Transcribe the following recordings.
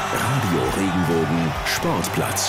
Radio Regenbogen Sportplatz.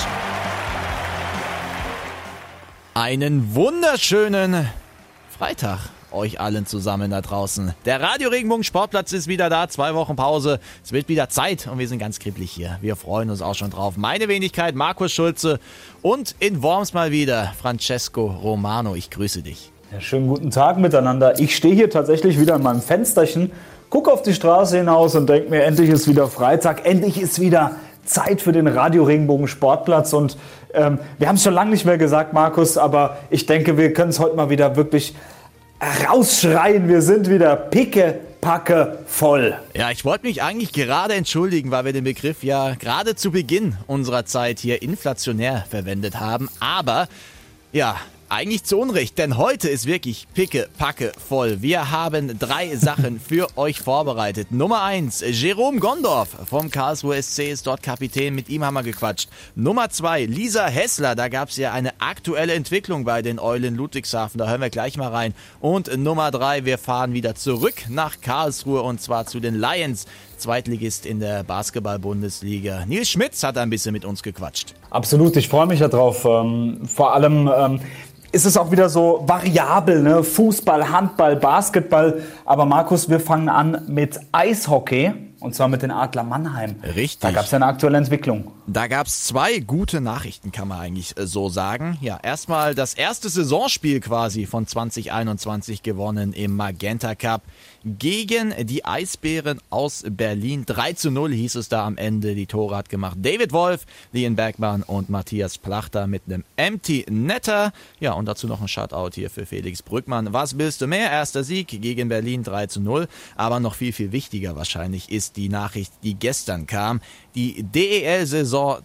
Einen wunderschönen Freitag euch allen zusammen da draußen. Der Radio Regenbogen Sportplatz ist wieder da, 2 Wochen Pause. Es wird wieder Zeit und wir sind ganz kribbelig hier. Wir freuen uns auch schon drauf. Meine Wenigkeit, Markus Schulze und in Worms mal wieder Francesco Romano. Ich grüße dich. Ja, schönen guten Tag miteinander. Ich stehe hier tatsächlich wieder in meinem Fensterchen, gucke auf die Straße hinaus und denke mir, endlich ist wieder Freitag, endlich ist wieder Zeit für den Radio Regenbogen Sportplatz. Und wir haben es schon lange nicht mehr gesagt, Markus, aber ich denke, wir können es heute mal wieder wirklich rausschreien. Wir sind wieder pickepacke voll. Ja, ich wollte mich eigentlich gerade entschuldigen, weil wir den Begriff ja gerade zu Beginn unserer Zeit hier inflationär verwendet haben. Aber ja, eigentlich zu Unrecht, denn heute ist wirklich pickepacke voll. Wir haben 3 Sachen für euch vorbereitet. Nummer 1, Jerome Gondorf vom Karlsruhe SC ist dort Kapitän, mit ihm haben wir gequatscht. Nummer 2, Lisa Hessler, da gab es ja eine aktuelle Entwicklung bei den Eulen Ludwigshafen, da hören wir gleich mal rein. Und Nummer 3, wir fahren wieder zurück nach Karlsruhe und zwar zu den Lions, Zweitligist in der Basketball-Bundesliga. Nils Schmitz hat ein bisschen mit uns gequatscht. Absolut, ich freue mich ja drauf. Vor allem ist es auch wieder so variabel, ne? Fußball, Handball, Basketball. Aber Markus, wir fangen an mit Eishockey. Und zwar mit den Adler Mannheim. Richtig. Da gab es ja eine aktuelle Entwicklung. Da gab es 2 gute Nachrichten, kann man eigentlich so sagen. Ja, erstmal das erste Saisonspiel quasi von 2021 gewonnen im Magenta Cup gegen die Eisbären aus Berlin. 3:0 hieß es da am Ende. Die Tore hat gemacht David Wolf, Lien Bergmann und Matthias Plachter mit einem Empty Netter. Ja, und dazu noch ein Shoutout hier für Felix Brückmann. Was willst du mehr? Erster Sieg gegen Berlin 3:0. Aber noch viel, viel wichtiger wahrscheinlich ist die Nachricht, die gestern kam. Die DEL-Saison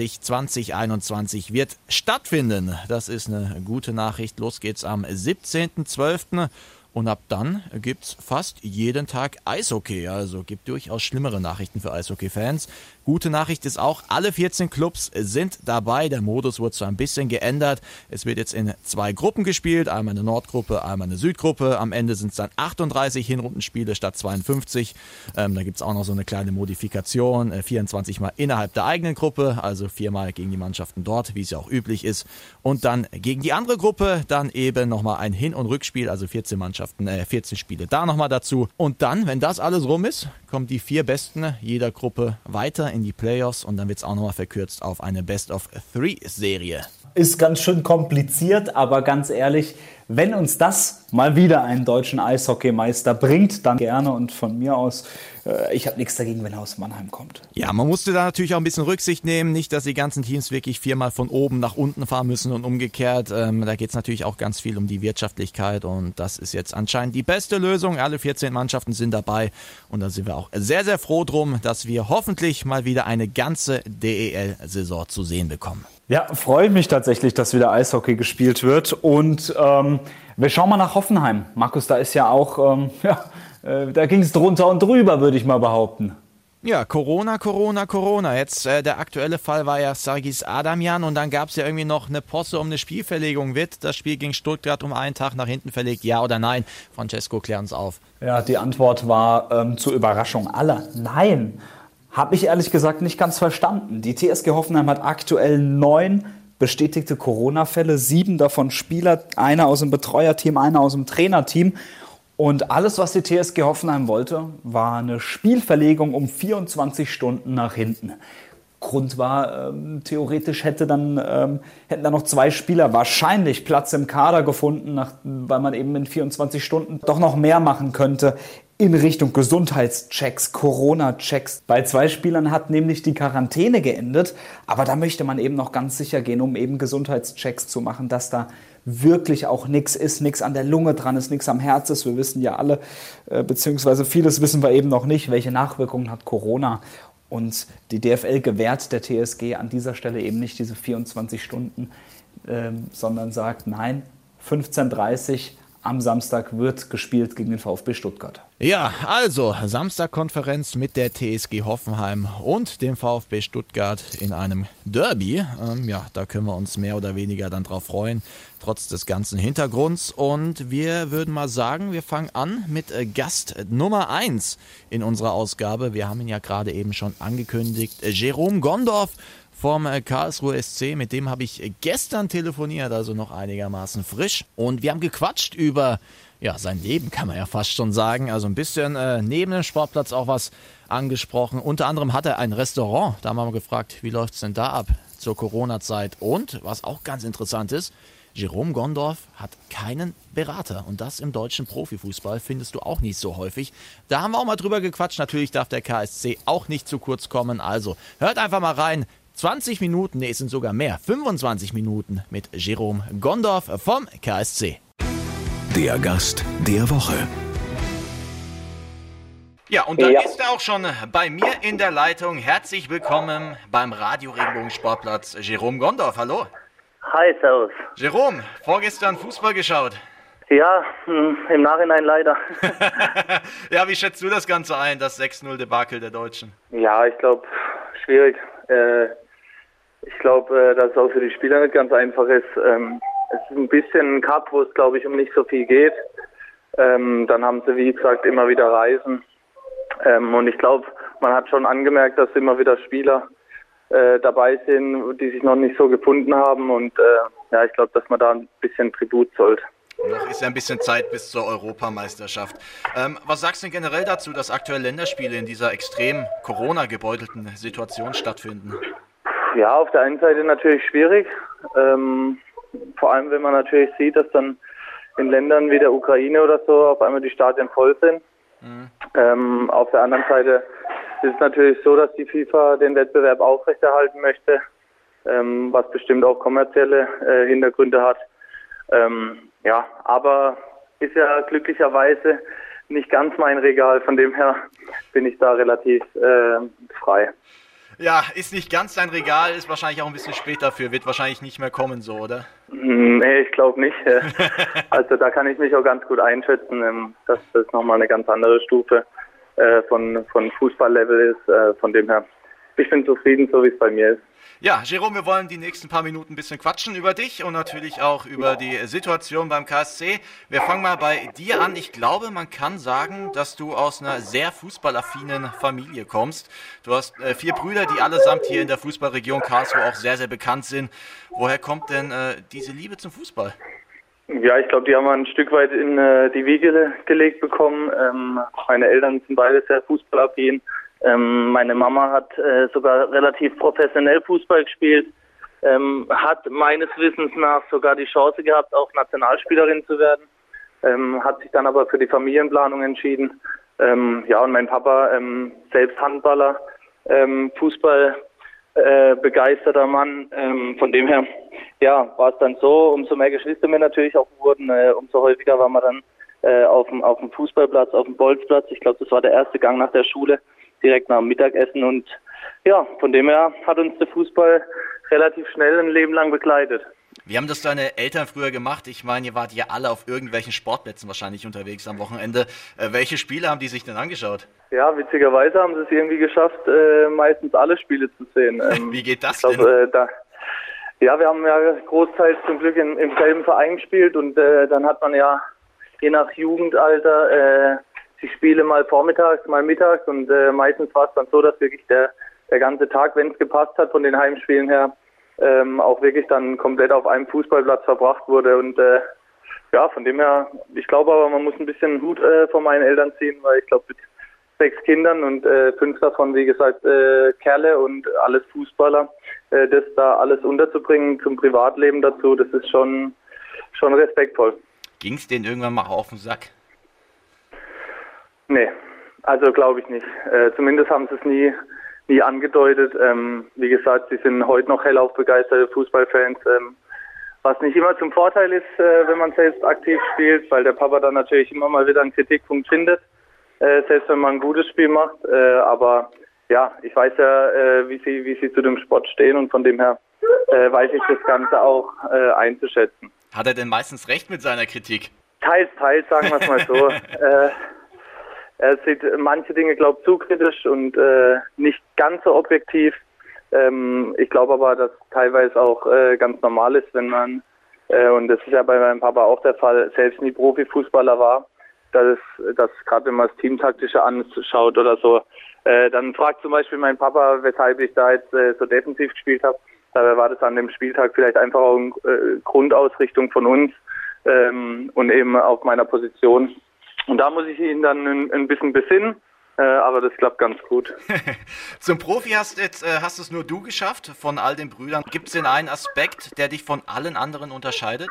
2020-21 wird stattfinden. Das ist eine gute Nachricht. Los geht's am 17.12. Und ab dann gibt's fast jeden Tag Eishockey. Also gibt durchaus schlimmere Nachrichten für Eishockey-Fans. Gute Nachricht ist auch, alle 14 Clubs sind dabei. Der Modus wurde zwar ein bisschen geändert. Es wird jetzt in 2 Gruppen gespielt. Einmal eine Nordgruppe, einmal eine Südgruppe. Am Ende sind es dann 38 Hinrundenspiele statt 52. Da gibt's auch noch so eine kleine Modifikation. 24 Mal innerhalb der eigenen Gruppe. Also 4 Mal gegen die Mannschaften dort, wie es ja auch üblich ist. Und dann gegen die andere Gruppe dann eben nochmal ein Hin- und Rückspiel. Also 14 Mannschaften, 14 Spiele da nochmal dazu. Und dann, wenn das alles rum ist, kommen die 4 Besten jeder Gruppe weiter in die Playoffs und dann wird es auch nochmal verkürzt auf eine Best-of-3-Serie. Ist ganz schön kompliziert, aber ganz ehrlich, wenn uns das mal wieder einen deutschen Eishockeymeister bringt, dann gerne und von mir aus, ich habe nichts dagegen, wenn er aus Mannheim kommt. Ja, man musste da natürlich auch ein bisschen Rücksicht nehmen, nicht, dass die ganzen Teams wirklich 4-mal von oben nach unten fahren müssen und umgekehrt. Da geht es natürlich auch ganz viel um die Wirtschaftlichkeit und das ist jetzt anscheinend die beste Lösung. Alle 14 Mannschaften sind dabei und da sind wir auch sehr, sehr froh drum, dass wir hoffentlich mal wieder eine ganze DEL-Saison zu sehen bekommen. Ja, freue mich tatsächlich, dass wieder Eishockey gespielt wird. Und wir schauen mal nach Hoffenheim. Markus, da ist ja auch, da ging es drunter und drüber, würde ich mal behaupten. Ja, Corona. Jetzt der aktuelle Fall war ja Sargis Adamjan und dann gab es ja irgendwie noch eine Posse um eine Spielverlegung. Wird das Spiel gegen Stuttgart um einen Tag nach hinten verlegt? Ja oder nein? Francesco, klär uns auf. Ja, die Antwort war zur Überraschung aller nein. Habe ich ehrlich gesagt nicht ganz verstanden. Die TSG Hoffenheim hat aktuell 9 bestätigte Corona-Fälle, 7 davon Spieler, einer aus dem Betreuerteam, einer aus dem Trainerteam. Und alles, was die TSG Hoffenheim wollte, war eine Spielverlegung um 24 Stunden nach hinten. Grund war, theoretisch hätten dann noch 2 Spieler wahrscheinlich Platz im Kader gefunden, weil man eben in 24 Stunden doch noch mehr machen könnte in Richtung Gesundheitschecks, Corona-Checks. Bei 2 Spielern hat nämlich die Quarantäne geendet, aber da möchte man eben noch ganz sicher gehen, um eben Gesundheitschecks zu machen, dass da wirklich auch nichts ist, nichts an der Lunge dran ist, nichts am Herz ist. Wir wissen ja alle, beziehungsweise vieles wissen wir eben noch nicht, welche Nachwirkungen hat Corona. Und die DFL gewährt der TSG an dieser Stelle eben nicht diese 24 Stunden, sondern sagt, nein, 15:30 Uhr am Samstag wird gespielt gegen den VfB Stuttgart. Ja, also Samstagkonferenz mit der TSG Hoffenheim und dem VfB Stuttgart in einem Derby. Ja, da können wir uns mehr oder weniger dann drauf freuen, trotz des ganzen Hintergrunds. Und wir würden mal sagen, wir fangen an mit Gast Nummer 1 in unserer Ausgabe. Wir haben ihn ja gerade eben schon angekündigt, Jerome Gondorf vom Karlsruhe SC, mit dem habe ich gestern telefoniert, also noch einigermaßen frisch. Und wir haben gequatscht über sein Leben, kann man ja fast schon sagen. Also ein bisschen neben dem Sportplatz auch was angesprochen. Unter anderem hat er ein Restaurant. Da haben wir mal gefragt, wie läuft es denn da ab zur Corona-Zeit? Und was auch ganz interessant ist, Jerome Gondorf hat keinen Berater. Und das im deutschen Profifußball findest du auch nicht so häufig. Da haben wir auch mal drüber gequatscht. Natürlich darf der KSC auch nicht zu kurz kommen. Also hört einfach mal rein. 20 Minuten, es sind sogar mehr, 25 Minuten mit Jerome Gondorf vom KSC. Der Gast der Woche. Ja, und da ist er auch schon bei mir in der Leitung. Herzlich willkommen beim Radio Regenbogen Sportplatz, Jerome Gondorf. Hallo. Hi, servus. Jerome, vorgestern Fußball geschaut. Ja, im Nachhinein leider. Ja, wie schätzt du das Ganze ein, das 6-0-Debakel der Deutschen? Ja, ich glaube, schwierig. Ich glaube, dass es auch für die Spieler nicht ganz einfach ist. Es ist ein bisschen ein Cup, wo es, glaube ich, um nicht so viel geht. Dann haben sie, wie gesagt, immer wieder Reisen. Und ich glaube, man hat schon angemerkt, dass immer wieder Spieler dabei sind, die sich noch nicht so gefunden haben. Und ich glaube, dass man da ein bisschen Tribut zollt. Noch ist ja ein bisschen Zeit bis zur Europameisterschaft. Was sagst du denn generell dazu, dass aktuell Länderspiele in dieser extrem Corona-gebeutelten Situation stattfinden? Ja, auf der einen Seite natürlich schwierig. Vor allem, wenn man natürlich sieht, dass dann in Ländern wie der Ukraine oder so auf einmal die Stadien voll sind. Auf der anderen Seite ist es natürlich so, dass die FIFA den Wettbewerb aufrechterhalten möchte, was bestimmt auch kommerzielle Hintergründe hat. Aber ist ja glücklicherweise nicht ganz mein Regal, von dem her bin ich da relativ frei. Ja, ist nicht ganz dein Regal, ist wahrscheinlich auch ein bisschen spät dafür, wird wahrscheinlich nicht mehr kommen so, oder? Nee, ich glaube nicht. Also da kann ich mich auch ganz gut einschätzen, dass das nochmal eine ganz andere Stufe von Fußballlevel ist. Von dem her, ich bin zufrieden, so wie es bei mir ist. Ja, Jerome, wir wollen die nächsten paar Minuten ein bisschen quatschen über dich und natürlich auch über die Situation beim KSC. Wir fangen mal bei dir an. Ich glaube, man kann sagen, dass du aus einer sehr fußballaffinen Familie kommst. Du hast 4 Brüder, die allesamt hier in der Fußballregion Karlsruhe auch sehr, sehr bekannt sind. Woher kommt denn diese Liebe zum Fußball? Ja, ich glaube, die haben wir ein Stück weit in die Wiege gelegt bekommen. Meine Eltern sind beide sehr fußballaffin. Meine Mama hat sogar relativ professionell Fußball gespielt, hat meines Wissens nach sogar die Chance gehabt, auch Nationalspielerin zu werden, hat sich dann aber für die Familienplanung entschieden. Und mein Papa, selbst Handballer, Fußball begeisterter Mann, von dem her war es dann so, umso mehr Geschwister wir natürlich auch wurden, umso häufiger waren wir dann auf dem Fußballplatz, auf dem Bolzplatz. Ich glaube, das war der erste Gang nach der Schule, direkt nach dem Mittagessen und von dem her hat uns der Fußball relativ schnell ein Leben lang begleitet. Wie haben das deine Eltern früher gemacht? Ich meine, ihr wart ja alle auf irgendwelchen Sportplätzen wahrscheinlich unterwegs am Wochenende. Welche Spiele haben die sich denn angeschaut? Ja, witzigerweise haben sie es irgendwie geschafft, meistens alle Spiele zu sehen. Wie geht das denn? Wir haben ja großteils zum Glück im selben Verein gespielt und dann hat man ja je nach Jugendalter die Spiele mal vormittags, mal mittags und meistens war es dann so, dass wirklich der ganze Tag, wenn es gepasst hat von den Heimspielen her, auch wirklich dann komplett auf einem Fußballplatz verbracht wurde und von dem her, ich glaube aber, man muss ein bisschen Hut von meinen Eltern ziehen, weil ich glaube mit 6 Kindern und 5 davon, wie gesagt, Kerle und alles Fußballer, das da alles unterzubringen zum Privatleben dazu, das ist schon respektvoll. Ging es denen irgendwann mal auf den Sack? Nee, also glaube ich nicht. Zumindest haben sie es nie angedeutet. Wie gesagt, sie sind heute noch hellauf begeisterte Fußballfans, was nicht immer zum Vorteil ist, wenn man selbst aktiv spielt, weil der Papa dann natürlich immer mal wieder einen Kritikpunkt findet, selbst wenn man ein gutes Spiel macht. Aber ja, ich weiß ja, wie sie zu dem Sport stehen und von dem her weiß ich das Ganze auch einzuschätzen. Hat er denn meistens recht mit seiner Kritik? Teils, sagen wir es mal so. Er sieht manche Dinge, glaube ich, zu kritisch und nicht ganz so objektiv. Ich glaube aber, dass teilweise auch ganz normal ist, wenn man, und das ist ja bei meinem Papa auch der Fall, selbst nie Profifußballer war, dass gerade wenn man das Teamtaktische anschaut oder so, dann fragt zum Beispiel mein Papa, weshalb ich da jetzt so defensiv gespielt habe. Dabei war das an dem Spieltag vielleicht einfach auch eine Grundausrichtung von uns und eben auf meiner Position. Und da muss ich ihn dann ein bisschen besinnen, aber das klappt ganz gut. Zum Profi hast es nur du geschafft von all den Brüdern. Gibt es denn einen Aspekt, der dich von allen anderen unterscheidet?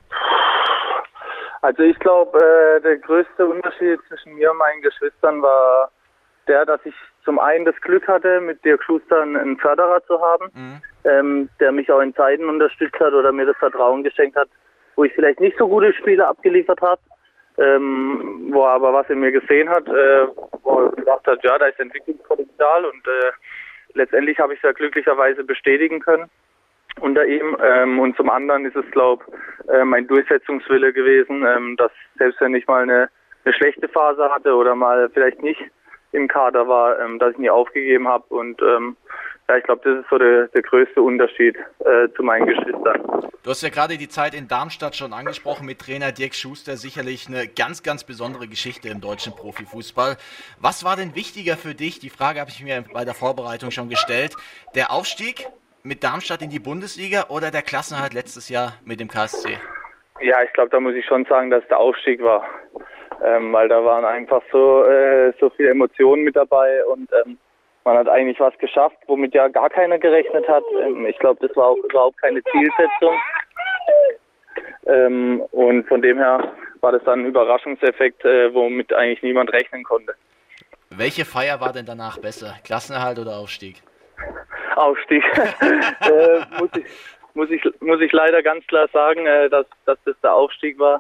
Also ich glaube, der größte Unterschied zwischen mir und meinen Geschwistern war der, dass ich zum einen das Glück hatte, mit Dirk Schuster einen Förderer zu haben, der mich auch in Zeiten unterstützt hat oder mir das Vertrauen geschenkt hat, wo ich vielleicht nicht so gute Spiele abgeliefert habe, wo er aber was in mir gesehen hat, wo er gesagt hat, ja, da ist Entwicklungspotenzial und letztendlich habe ich es ja glücklicherweise bestätigen können unter ihm. Und zum anderen ist es, glaube ich, mein Durchsetzungswille gewesen, dass selbst wenn ich mal eine schlechte Phase hatte oder mal vielleicht nicht im Kader war, dass ich nie aufgegeben habe und ja, ich glaube, das ist so der größte Unterschied zu meinen Geschwistern. Du hast ja gerade die Zeit in Darmstadt schon angesprochen mit Trainer Dirk Schuster, sicherlich eine ganz, ganz besondere Geschichte im deutschen Profifußball. Was war denn wichtiger für dich? Die Frage habe ich mir bei der Vorbereitung schon gestellt. Der Aufstieg mit Darmstadt in die Bundesliga oder der Klassenerhalt letztes Jahr mit dem KSC? Ja, ich glaube, da muss ich schon sagen, dass der Aufstieg war, weil da waren einfach so viele Emotionen mit dabei und man hat eigentlich was geschafft, womit ja gar keiner gerechnet hat. Ich glaube, das war auch überhaupt keine Zielsetzung. Und von dem her war das dann ein Überraschungseffekt, womit eigentlich niemand rechnen konnte. Welche Feier war denn danach besser? Klassenerhalt oder Aufstieg? Aufstieg. Muss ich leider ganz klar sagen, dass das der Aufstieg war.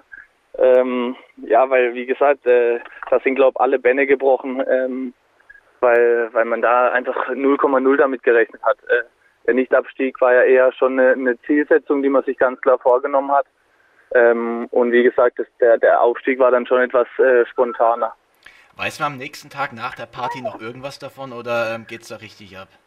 Ja, weil wie gesagt, da sind glaube ich alle Bälle gebrochen. Weil man da einfach 0,0 damit gerechnet hat. Der Nichtabstieg war ja eher schon eine Zielsetzung, die man sich ganz klar vorgenommen hat. Und wie gesagt, der Aufstieg war dann schon etwas spontaner. Weiß man am nächsten Tag nach der Party noch irgendwas davon oder geht's da richtig ab?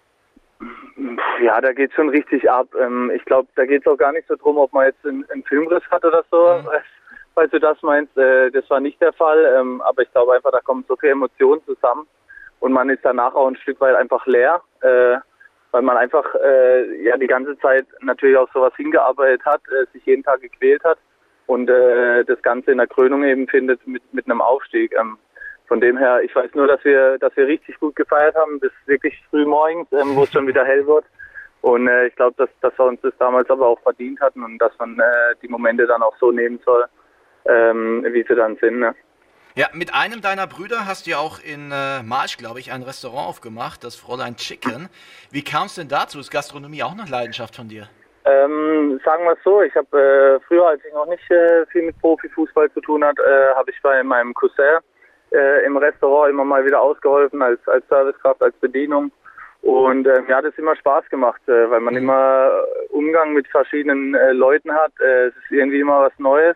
Ja, da geht's schon richtig ab. Ich glaube, da geht's auch gar nicht so drum, ob man jetzt einen Filmriss hat oder so. Falls du das meinst, das war nicht der Fall. Aber ich glaube einfach, da kommen so viele Emotionen zusammen. Und man ist danach auch ein Stück weit einfach leer, weil man einfach ja die ganze Zeit natürlich auf sowas hingearbeitet hat, sich jeden Tag gequält hat und das Ganze in der Krönung eben findet mit einem Aufstieg. Von dem her, ich weiß nur, dass wir richtig gut gefeiert haben, bis wirklich früh morgens, wo es schon wieder hell wird. Und ich glaube, dass wir uns das damals aber auch verdient hatten und dass man die Momente dann auch so nehmen soll, wie sie dann sind. Ne? Ja, mit einem deiner Brüder hast du ja auch in Marsch, glaube ich, ein Restaurant aufgemacht, das Fräulein Chicken. Wie kam es denn dazu? Ist Gastronomie auch eine Leidenschaft von dir? Sagen wir es so, ich habe früher, als ich noch nicht viel mit Profifußball zu tun hatte, habe ich bei meinem Cousin im Restaurant immer mal wieder ausgeholfen als Servicekraft, als Bedienung. Und mir hat es immer Spaß gemacht, weil man immer Umgang mit verschiedenen Leuten hat. Es ist irgendwie immer was Neues.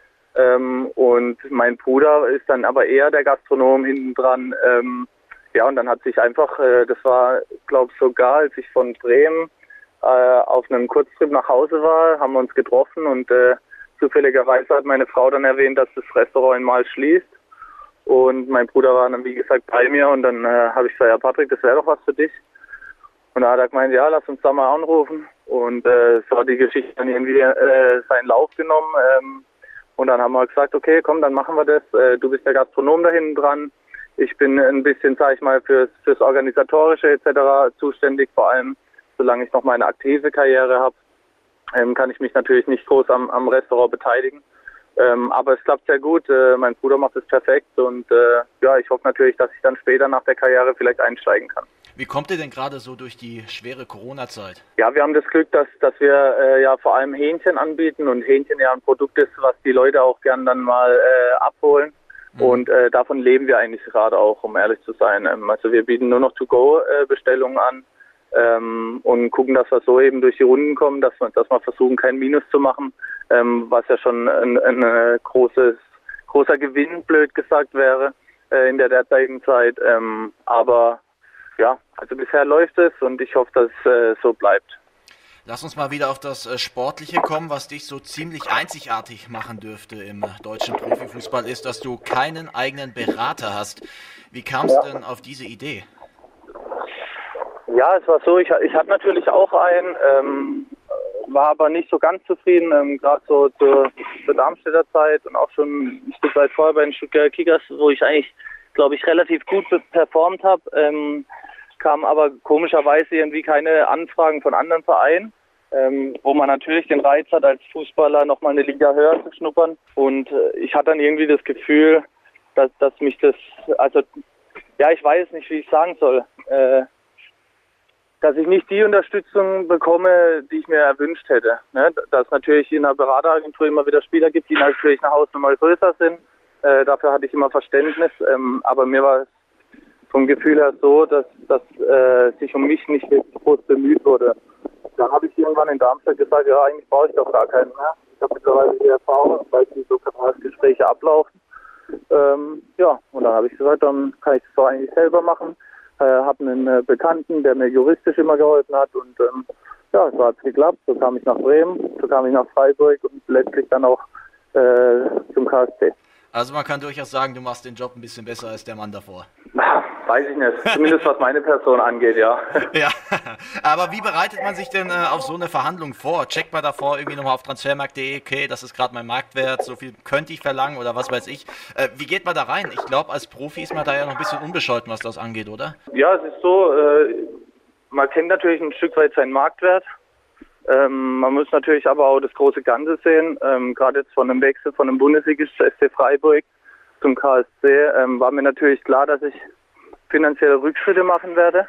Und mein Bruder ist dann aber eher der Gastronom hinten dran. Ja, und dann hat sich einfach, das war, glaube ich, sogar, als ich von Bremen auf einem Kurztrip nach Hause war, haben wir uns getroffen und zufälligerweise hat meine Frau dann erwähnt, dass das Restaurant in Marsch schließt. Und mein Bruder war dann, wie gesagt, bei mir und dann habe ich gesagt, ja Patrick, das wäre doch was für dich. Und da hat er gemeint, ja, lass uns da mal anrufen. Und so hat die Geschichte dann irgendwie seinen Lauf genommen. Und dann haben wir gesagt, okay, komm, dann machen wir das. Du bist der Gastronom da hinten dran. Ich bin ein bisschen, sag ich mal, fürs Organisatorische etc. zuständig. Vor allem, solange ich noch meine aktive Karriere habe, kann ich mich natürlich nicht groß am Restaurant beteiligen. Aber es klappt sehr gut. Mein Bruder macht es perfekt. Und ja, ich hoffe natürlich, dass ich dann später nach der Karriere vielleicht einsteigen kann. Wie kommt ihr denn gerade so durch die schwere Corona-Zeit? Ja, wir haben das Glück, dass wir ja vor allem Hähnchen anbieten und Hähnchen ja ein Produkt ist, was die Leute auch gern dann mal abholen. Und davon leben wir eigentlich gerade auch, um ehrlich zu sein. Also wir bieten nur noch To-Go-Bestellungen an und gucken, dass wir so eben durch die Runden kommen, dass wir versuchen, kein Minus zu machen, was ja schon ein großes großer Gewinn, blöd gesagt, wäre in der derzeitigen Zeit. Aber ja, also bisher läuft es und ich hoffe, dass es so bleibt. Lass uns mal wieder auf das Sportliche kommen, was dich so ziemlich einzigartig machen dürfte im deutschen Profifußball, ist, dass du keinen eigenen Berater hast. Wie kam es denn auf diese Idee? Ja, es war so, ich hatte natürlich auch einen, war aber nicht so ganz zufrieden, gerade so zur Darmstädter Zeit und auch schon ein Stück weit vorher bei den Stuttgarter Kickers, wo ich eigentlich, glaube ich, relativ gut performt habe, kamen aber komischerweise irgendwie keine Anfragen von anderen Vereinen, wo man natürlich den Reiz hat, als Fußballer nochmal eine Liga höher zu schnuppern. Und ich hatte dann irgendwie das Gefühl, dass mich das, also ja, ich weiß nicht, wie ich sagen soll, dass ich nicht die Unterstützung bekomme, die ich mir erwünscht hätte. Ne? Dass es natürlich in einer Berateragentur immer wieder Spieler gibt, die natürlich eine Hausnummer größer sind. Dafür hatte ich immer Verständnis. Aber mir war es vom Gefühl her so, dass sich um mich nicht wirklich groß bemüht wurde. Dann habe ich irgendwann in Darmstadt gesagt, ja, eigentlich brauche ich doch gar keinen mehr. Ich habe mittlerweile die Erfahrung, weiß, wie so Gespräche ablaufen. Ja, und dann habe ich gesagt, dann kann ich das doch eigentlich selber machen. Habe einen Bekannten, der mir juristisch immer geholfen hat und ja, so hat es geklappt. So kam ich nach Bremen, so kam ich nach Freiburg und letztlich dann auch zum KSC. Also man kann durchaus sagen, du machst den Job ein bisschen besser als der Mann davor. Weiß ich nicht, zumindest was meine Person angeht, ja. Ja, aber wie bereitet man sich denn auf so eine Verhandlung vor? Checkt man davor irgendwie nochmal auf transfermarkt.de, okay, das ist gerade mein Marktwert, so viel könnte ich verlangen oder was weiß ich. Wie geht man da rein? Ich glaube, als Profi ist man da ja noch ein bisschen unbescholten, was das angeht, oder? Ja, es ist so, man kennt natürlich ein Stück weit seinen Marktwert. Man muss natürlich aber auch das große Ganze sehen. Gerade jetzt von einem Wechsel von einem Bundesligisten SC Freiburg zum KSC war mir natürlich klar, dass ich finanzielle Rückschritte machen werde.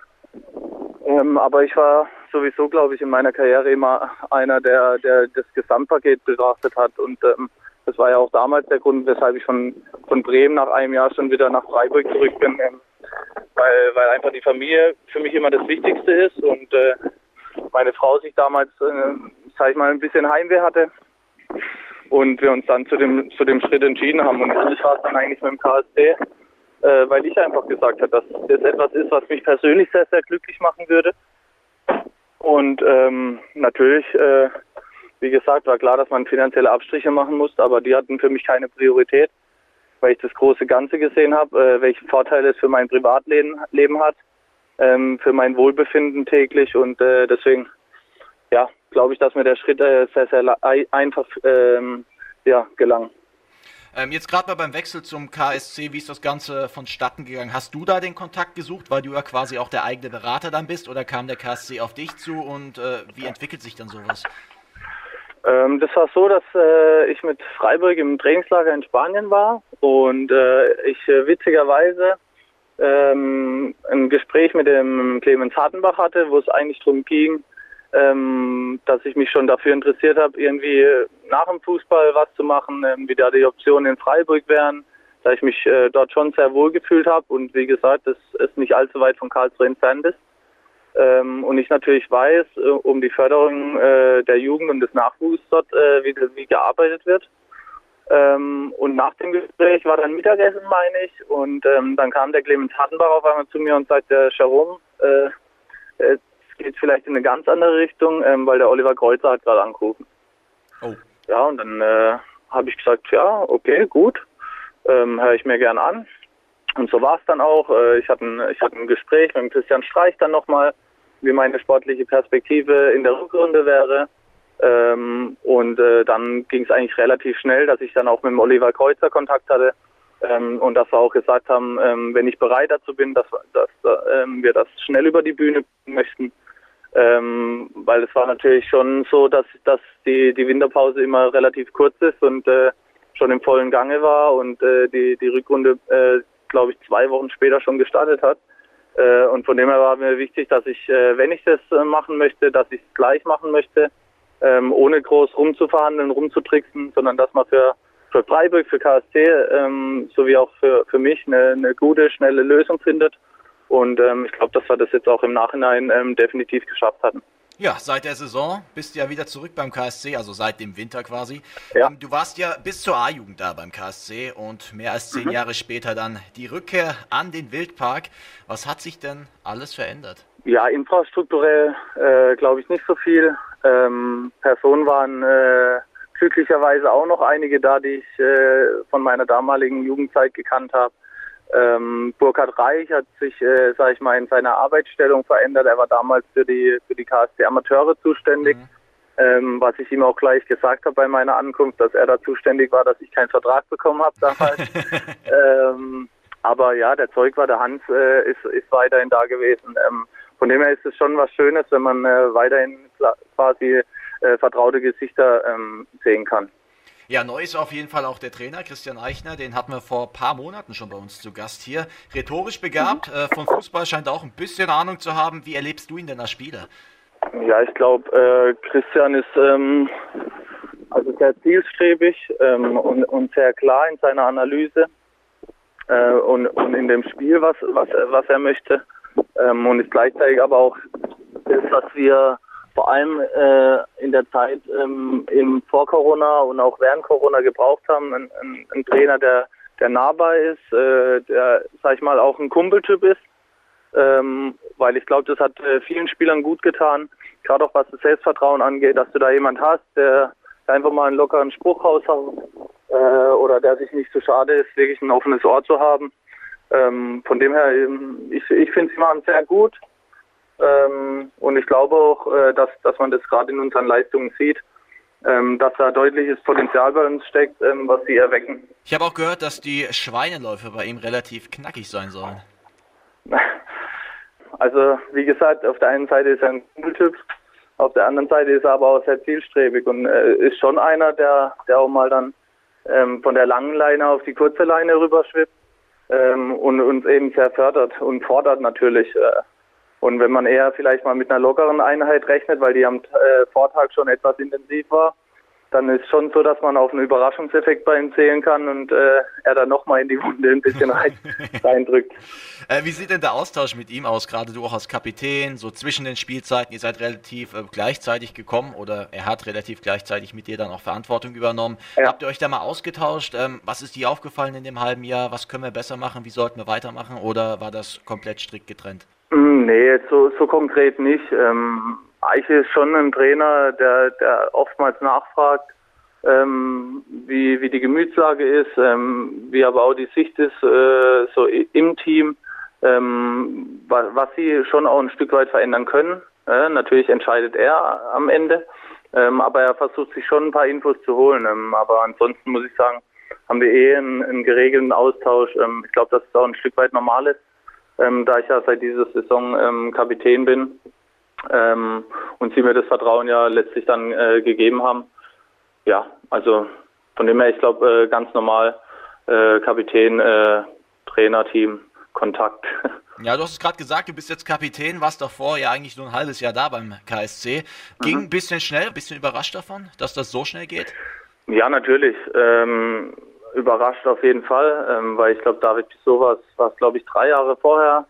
Aber ich war sowieso, glaube ich, in meiner Karriere immer einer, der das Gesamtpaket betrachtet hat. Und das war ja auch damals der Grund, weshalb ich von Bremen nach einem Jahr schon wieder nach Freiburg zurück bin. Weil einfach die Familie für mich immer das Wichtigste ist und meine Frau sich damals, sag ich mal, ein bisschen Heimweh hatte und wir uns dann zu dem Schritt entschieden haben. Und ich war es dann eigentlich mit dem KSC, weil ich einfach gesagt habe, dass das etwas ist, was mich persönlich sehr, sehr glücklich machen würde. Und natürlich, wie gesagt, war klar, dass man finanzielle Abstriche machen musste, aber die hatten für mich keine Priorität, weil ich das große Ganze gesehen habe, welche Vorteile es für mein Privatleben hat. Für mein Wohlbefinden täglich und deswegen, ja, glaube ich, dass mir der Schritt sehr, sehr einfach gelang. Jetzt gerade mal beim Wechsel zum KSC, wie ist das Ganze vonstatten gegangen? Hast du da den Kontakt gesucht, weil du ja quasi auch der eigene Berater dann bist oder kam der KSC auf dich zu und wie entwickelt sich dann sowas? Das war so, dass ich mit Freiburg im Trainingslager in Spanien war und ich witzigerweise ein Gespräch mit dem Clemens Hartenbach hatte, wo es eigentlich darum ging, dass ich mich schon dafür interessiert habe, irgendwie nach dem Fußball was zu machen, wie da die Optionen in Freiburg wären, da ich mich dort schon sehr wohl gefühlt habe und wie gesagt, dass es nicht allzu weit von Karlsruhe entfernt ist. Und ich natürlich weiß, um die Förderung der Jugend und des Nachwuchs dort, wie gearbeitet wird. Und nach dem Gespräch war dann Mittagessen, meine ich, und dann kam der Clemens Hartenbach auf einmal zu mir und sagte, Jerome, es geht vielleicht in eine ganz andere Richtung, weil der Oliver Kreuzer hat gerade angerufen. Oh. Ja, und dann habe ich gesagt, ja, okay, gut, höre ich mir gern an. Und so war es dann auch. Ich hatte ein Gespräch mit dem Christian Streich dann nochmal, wie meine sportliche Perspektive in der Rückrunde wäre. Und dann ging es eigentlich relativ schnell, dass ich dann auch mit dem Oliver Kreuzer Kontakt hatte und dass wir auch gesagt haben, wenn ich bereit dazu bin, dass wir das schnell über die Bühne bringen möchten. Weil es war natürlich schon so, dass die Winterpause immer relativ kurz ist und schon im vollen Gange war und die Rückrunde, glaube ich, 2 Wochen später schon gestartet hat. Und von dem her war mir wichtig, dass ich, wenn ich das machen möchte, dass ich es gleich machen möchte, ohne groß rumzuverhandeln, rumzutricksen, sondern dass man für Freiburg, für KSC sowie auch für mich eine gute, schnelle Lösung findet. Und ich glaube, dass wir das jetzt auch im Nachhinein definitiv geschafft hatten. Ja, seit der Saison bist du ja wieder zurück beim KSC, also seit dem Winter quasi. Ja. Du warst ja bis zur A-Jugend da beim KSC und mehr als 10 Jahre später dann die Rückkehr an den Wildpark. Was hat sich denn alles verändert? Ja, infrastrukturell glaube ich nicht so viel. Personen waren glücklicherweise auch noch einige da, die ich von meiner damaligen Jugendzeit gekannt habe. Burkhard Reich hat sich, sage ich mal, in seiner Arbeitsstellung verändert. Er war damals für die KSC Amateure zuständig, was ich ihm auch gleich gesagt habe bei meiner Ankunft, dass er da zuständig war, dass ich keinen Vertrag bekommen habe damals. Aber ja, der Zeugwart, der Hans, ist weiterhin da gewesen. Von dem her ist es schon was Schönes, wenn man weiterhin quasi vertraute Gesichter sehen kann. Ja, neu ist auf jeden Fall auch der Trainer, Christian Eichner, den hatten wir vor ein paar Monaten schon bei uns zu Gast hier. Rhetorisch begabt, vom Fußball scheint auch ein bisschen Ahnung zu haben. Wie erlebst du ihn denn als Spieler? Ja, ich glaube, Christian ist also sehr zielstrebig und sehr klar in seiner Analyse und in dem Spiel, was er möchte. Und ist gleichzeitig aber auch das, was wir vor allem in der Zeit vor Corona und auch während Corona gebraucht haben, ein Trainer, der nahbar ist, der, sag ich mal, auch ein Kumpeltyp ist, weil ich glaube, das hat vielen Spielern gut getan, gerade auch was das Selbstvertrauen angeht, dass du da jemand hast, der einfach mal einen lockeren Spruch raushaut oder der sich nicht so schade ist, wirklich ein offenes Ohr zu haben. Von dem her, ich finde, sie machen sehr gut. Und ich glaube auch, dass man das gerade in unseren Leistungen sieht, dass da deutliches Potenzial bei uns steckt, was sie erwecken. Ich habe auch gehört, dass die Schweineläufe bei ihm relativ knackig sein sollen. Also wie gesagt, auf der einen Seite ist er ein Kumpeltyp, auf der anderen Seite ist er aber auch sehr zielstrebig und ist schon einer, der auch mal dann von der langen Leine auf die kurze Leine rüberschwippt und uns eben sehr fördert und fordert natürlich. Und wenn man eher vielleicht mal mit einer lockeren Einheit rechnet, weil die am Vortag schon etwas intensiv war, dann ist schon so, dass man auf einen Überraschungseffekt bei ihm zählen kann und er dann nochmal in die Wunde ein bisschen reindrückt. Wie sieht denn der Austausch mit ihm aus, gerade du auch als Kapitän, so zwischen den Spielzeiten? Ihr seid relativ gleichzeitig gekommen oder er hat relativ gleichzeitig mit dir dann auch Verantwortung übernommen. Ja. Habt ihr euch da mal ausgetauscht? Was ist dir aufgefallen in dem halben Jahr? Was können wir besser machen? Wie sollten wir weitermachen? Oder war das komplett strikt getrennt? Nee, so konkret nicht. Eiche ist schon ein Trainer, der oftmals nachfragt, wie die Gemütslage ist, wie aber auch die Sicht ist so im Team, was sie schon auch ein Stück weit verändern können. Natürlich entscheidet er am Ende, aber er versucht sich schon ein paar Infos zu holen. Aber ansonsten muss ich sagen, haben wir einen geregelten Austausch. Ich glaube, dass es auch ein Stück weit normal ist, da ich ja seit dieser Saison Kapitän bin. Und sie mir das Vertrauen ja letztlich dann gegeben haben. Ja, also von dem her, ich glaube, ganz normal Kapitän, Trainerteam, Kontakt. Ja, du hast es gerade gesagt, du bist jetzt Kapitän, warst davor ja eigentlich nur ein halbes Jahr da beim KSC. Ging ein bisschen schnell, ein bisschen überrascht davon, dass das so schnell geht? Ja, natürlich. Überrascht auf jeden Fall, weil ich glaube, David Bissot war es, glaube ich, 3 Jahre vorher.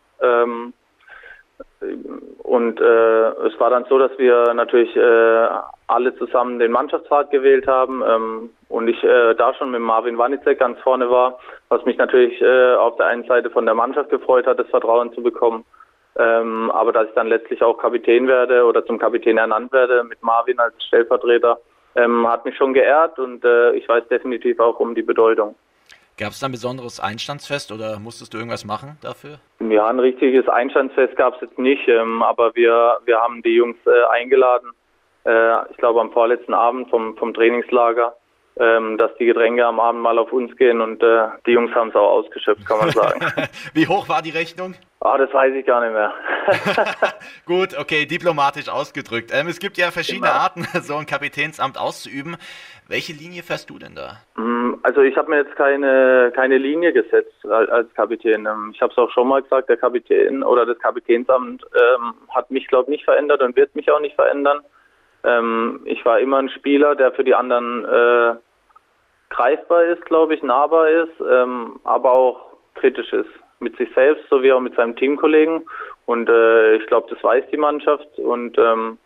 Und es war dann so, dass wir natürlich alle zusammen den Mannschaftsrat gewählt haben und ich da schon mit Marvin Wanicek ganz vorne war, was mich natürlich auf der einen Seite von der Mannschaft gefreut hat, das Vertrauen zu bekommen. Aber dass ich dann letztlich auch Kapitän werde oder zum Kapitän ernannt werde mit Marvin als Stellvertreter, hat mich schon geehrt und ich weiß definitiv auch um die Bedeutung. Gab es da ein besonderes Einstandsfest oder musstest du irgendwas machen dafür? Ja, ein richtiges Einstandsfest gab es jetzt nicht, aber wir haben die Jungs eingeladen, ich glaube am vorletzten Abend vom Trainingslager, dass die Getränke am Abend mal auf uns gehen und die Jungs haben es auch ausgeschöpft, kann man sagen. Wie hoch war die Rechnung? Das weiß ich gar nicht mehr. Gut, okay, diplomatisch ausgedrückt. Es gibt ja verschiedene Arten, so ein Kapitänsamt auszuüben. Welche Linie fährst du denn da? Also ich habe mir jetzt keine Linie gesetzt als Kapitän. Ich habe es auch schon mal gesagt, der Kapitän oder das Kapitänsamt hat mich, glaube ich, nicht verändert und wird mich auch nicht verändern. Ich war immer ein Spieler, der für die anderen greifbar ist, glaube ich, nahbar ist, aber auch kritisch ist. Mit sich selbst sowie auch mit seinem Teamkollegen. Und ich glaube, das weiß die Mannschaft. Und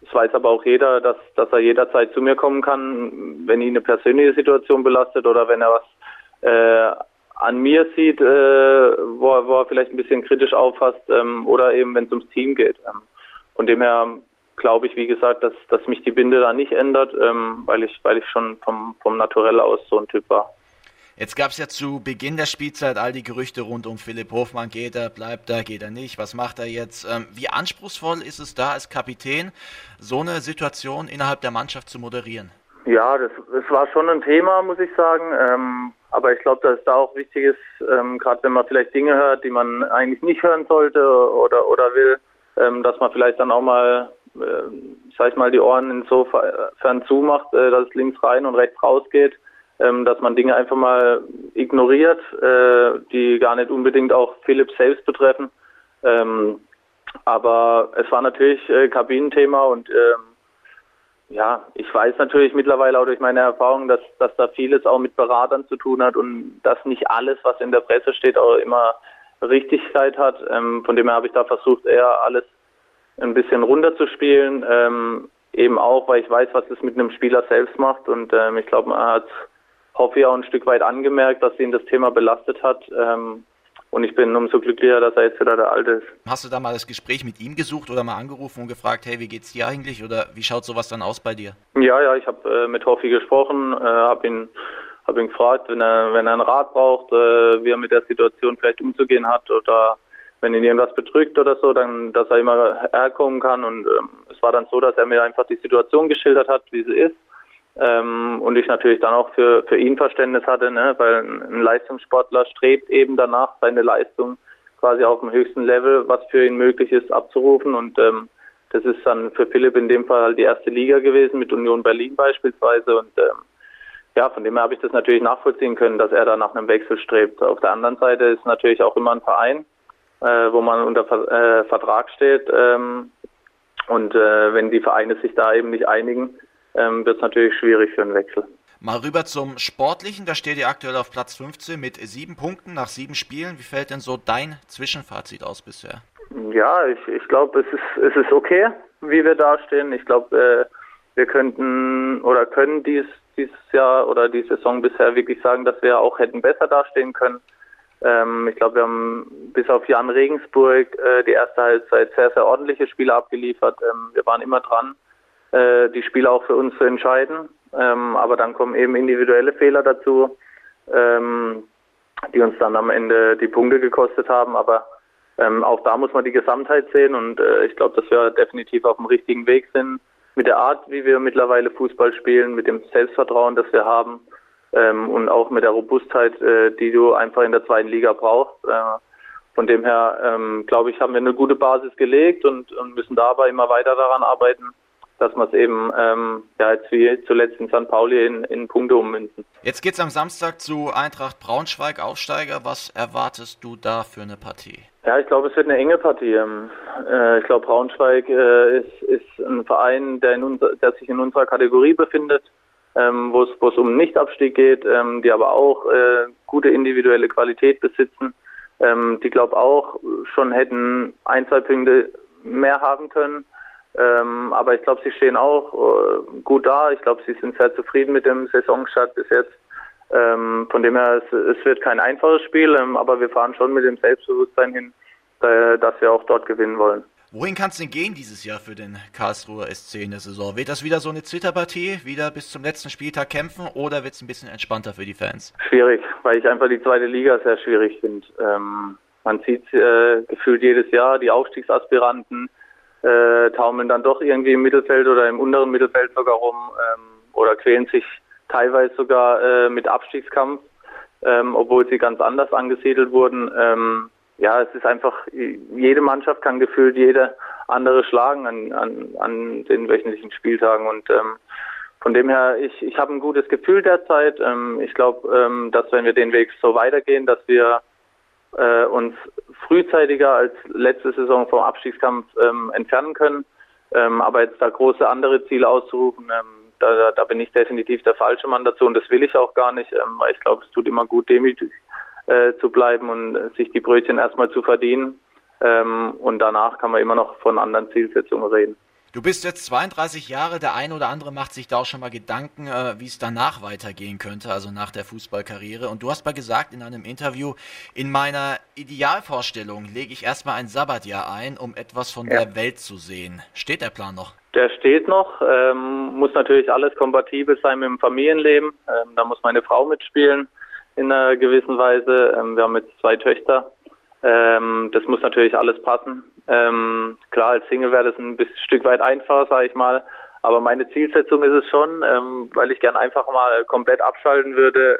Es weiß aber auch jeder, dass er jederzeit zu mir kommen kann, wenn ihn eine persönliche Situation belastet oder wenn er was an mir sieht, wo er vielleicht ein bisschen kritisch auffasst, oder eben wenn es ums Team geht. Von dem her glaube ich, wie gesagt, dass mich die Binde da nicht ändert, weil ich schon vom Naturell aus so ein Typ war. Jetzt gab es ja zu Beginn der Spielzeit all die Gerüchte rund um Philipp Hofmann. Geht er, bleibt er, geht er nicht? Was macht er jetzt? Wie anspruchsvoll ist es da als Kapitän, so eine Situation innerhalb der Mannschaft zu moderieren? Ja, das war schon ein Thema, muss ich sagen. Aber ich glaube, dass es da auch wichtig ist, gerade wenn man vielleicht Dinge hört, die man eigentlich nicht hören sollte oder will, dass man vielleicht dann auch mal, sag ich mal, die Ohren insofern zumacht, dass es links rein und rechts raus geht. Dass man Dinge einfach mal ignoriert, die gar nicht unbedingt auch Philipp selbst betreffen. Aber es war natürlich Kabinenthema und ja, ich weiß natürlich mittlerweile auch durch meine Erfahrung, dass da vieles auch mit Beratern zu tun hat und dass nicht alles, was in der Presse steht, auch immer Richtigkeit hat. Von dem her habe ich da versucht, eher alles ein bisschen runterzuspielen. Eben auch, weil ich weiß, was es mit einem Spieler selbst macht und ich glaube, man hat hoffe ich auch ein Stück weit angemerkt, dass ihn das Thema belastet hat. Und ich bin umso glücklicher, dass er jetzt wieder der Alte ist. Hast du da mal das Gespräch mit ihm gesucht oder mal angerufen und gefragt, hey, wie geht's dir eigentlich? Oder wie schaut sowas dann aus bei dir? Ja, ich habe mit Hoffi gesprochen, habe ihn gefragt, wenn er einen Rat braucht, wie er mit der Situation vielleicht umzugehen hat oder wenn ihn irgendwas bedrückt oder so, dann, dass er immer herkommen kann. Und es war dann so, dass er mir einfach die Situation geschildert hat, wie sie ist. Und ich natürlich dann auch für ihn Verständnis hatte, ne? Weil ein Leistungssportler strebt eben danach, seine Leistung quasi auf dem höchsten Level, was für ihn möglich ist, abzurufen. Und das ist dann für Philipp in dem Fall halt die erste Liga gewesen, mit Union Berlin beispielsweise. Und ja, von dem her habe ich das natürlich nachvollziehen können, dass er da nach einem Wechsel strebt. Auf der anderen Seite ist natürlich auch immer ein Verein, wo man unter Vertrag steht. Und wenn die Vereine sich da eben nicht einigen, wird es natürlich schwierig für einen Wechsel. Mal rüber zum Sportlichen, da steht ihr aktuell auf Platz 15 mit 7 Punkten nach 7 Spielen. Wie fällt denn so dein Zwischenfazit aus bisher? Ja, ich glaube, es ist okay, wie wir dastehen. Ich glaube, wir können dieses Jahr oder die Saison bisher wirklich sagen, dass wir auch hätten besser dastehen können. Ich glaube, wir haben bis auf Jan Regensburg die erste Halbzeit sehr, sehr ordentliche Spiele abgeliefert. Wir waren immer dran, die Spiele auch für uns zu entscheiden. Aber dann kommen eben individuelle Fehler dazu, die uns dann am Ende die Punkte gekostet haben. Aber auch da muss man die Gesamtheit sehen und ich glaube, dass wir definitiv auf dem richtigen Weg sind. Mit der Art, wie wir mittlerweile Fußball spielen, mit dem Selbstvertrauen, das wir haben und auch mit der Robustheit, die du einfach in der zweiten Liga brauchst. Von dem her, glaube ich, haben wir eine gute Basis gelegt und müssen dabei immer weiter daran arbeiten, dass wir es eben jetzt wie zuletzt in St. Pauli in Punkte ummünzen. Jetzt geht's am Samstag zu Eintracht Braunschweig, Aufsteiger. Was erwartest du da für eine Partie? Ja, ich glaube, es wird eine enge Partie. Ich glaube, Braunschweig ist ein Verein, der sich in unserer Kategorie befindet, wo es um Nichtabstieg geht, die aber auch gute individuelle Qualität besitzen, die glaube auch schon hätten 1-2 Punkte mehr haben können. Aber ich glaube, sie stehen auch gut da. Ich glaube, sie sind sehr zufrieden mit dem Saisonstart bis jetzt. Von dem her, es wird kein einfaches Spiel, aber wir fahren schon mit dem Selbstbewusstsein hin, dass wir auch dort gewinnen wollen. Wohin kann es denn gehen dieses Jahr für den Karlsruher SC in der Saison? Wird das wieder so eine Zitterpartie, wieder bis zum letzten Spieltag kämpfen oder wird es ein bisschen entspannter für die Fans? Schwierig, weil ich einfach die zweite Liga sehr schwierig finde. Man sieht gefühlt jedes Jahr, die Aufstiegsaspiranten taumeln dann doch irgendwie im Mittelfeld oder im unteren Mittelfeld sogar rum oder quälen sich teilweise sogar mit Abstiegskampf, obwohl sie ganz anders angesiedelt wurden. Ja, es ist einfach, jede Mannschaft kann gefühlt jede andere schlagen an den wöchentlichen Spieltagen und von dem her, ich habe ein gutes Gefühl derzeit. Ich glaube, dass wenn wir den Weg so weitergehen, dass wir uns frühzeitiger als letzte Saison vom Abstiegskampf entfernen können. Aber jetzt da große andere Ziele auszurufen, da bin ich definitiv der falsche Mann dazu und das will ich auch gar nicht, weil ich glaube, es tut immer gut, demütig zu bleiben und sich die Brötchen erstmal zu verdienen. Und danach kann man immer noch von anderen Zielsetzungen reden. Du bist jetzt 32 Jahre, der ein oder andere macht sich da auch schon mal Gedanken, wie es danach weitergehen könnte, also nach der Fußballkarriere. Und du hast mal gesagt in einem Interview, in meiner Idealvorstellung lege ich erstmal ein Sabbatjahr ein, um etwas von der Welt zu sehen. Steht der Plan noch? Der steht noch, muss natürlich alles kompatibel sein mit dem Familienleben. Da muss meine Frau mitspielen in einer gewissen Weise. Wir haben jetzt 2 Töchter. Das muss natürlich alles passen. Klar, als Single wäre das ein Stück weit einfacher, sage ich mal. Aber meine Zielsetzung ist es schon, weil ich gern einfach mal komplett abschalten würde.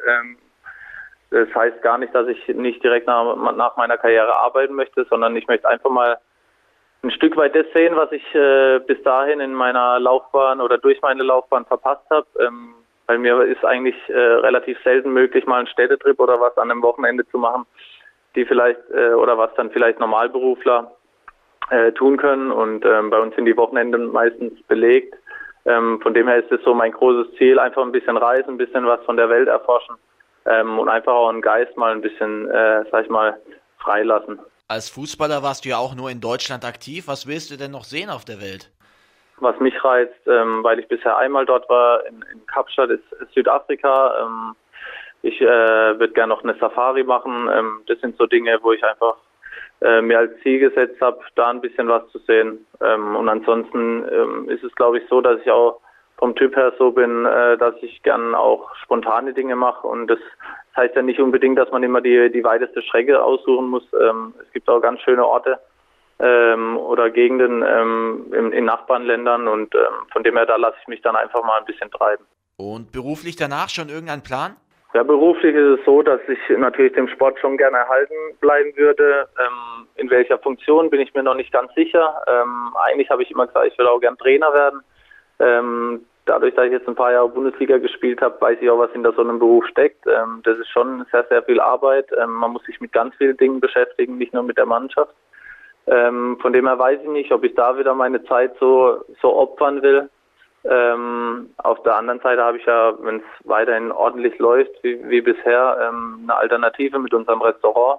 Das heißt gar nicht, dass ich nicht direkt nach meiner Karriere arbeiten möchte, sondern ich möchte einfach mal ein Stück weit das sehen, was ich bis dahin in meiner Laufbahn oder durch meine Laufbahn verpasst habe. Bei mir ist eigentlich relativ selten möglich, mal einen Städtetrip oder was an einem Wochenende zu machen, die vielleicht oder was dann vielleicht Normalberufler tun können. Und bei uns sind die Wochenende meistens belegt. Von dem her ist es so mein großes Ziel, einfach ein bisschen reisen, ein bisschen was von der Welt erforschen und einfach auch einen Geist mal ein bisschen, sag ich mal, freilassen. Als Fußballer warst du ja auch nur in Deutschland aktiv. Was willst du denn noch sehen auf der Welt? Was mich reizt, weil ich bisher einmal dort war, in Kapstadt, ist Südafrika. Ich würde gerne noch eine Safari machen. Das sind so Dinge, wo ich einfach mir als Ziel gesetzt habe, da ein bisschen was zu sehen. Und ansonsten ist es, glaube ich, so, dass ich auch vom Typ her so bin, dass ich gern auch spontane Dinge mache. Und das heißt ja nicht unbedingt, dass man immer die weiteste Strecke aussuchen muss. Es gibt auch ganz schöne Orte oder Gegenden in Nachbarländern. Und von dem her, da lasse ich mich dann einfach mal ein bisschen treiben. Und beruflich danach schon irgendein Plan? Ja, beruflich ist es so, dass ich natürlich dem Sport schon gerne erhalten bleiben würde. In welcher Funktion bin ich mir noch nicht ganz sicher. Eigentlich habe ich immer gesagt, ich will auch gern Trainer werden. Dadurch, dass ich jetzt ein paar Jahre Bundesliga gespielt habe, weiß ich auch, was hinter so einem Beruf steckt. Das ist schon sehr, sehr viel Arbeit. Man muss sich mit ganz vielen Dingen beschäftigen, nicht nur mit der Mannschaft. Von dem her weiß ich nicht, ob ich da wieder meine Zeit so opfern will. Auf der anderen Seite habe ich ja, wenn es weiterhin ordentlich läuft, wie bisher, eine Alternative mit unserem Restaurant.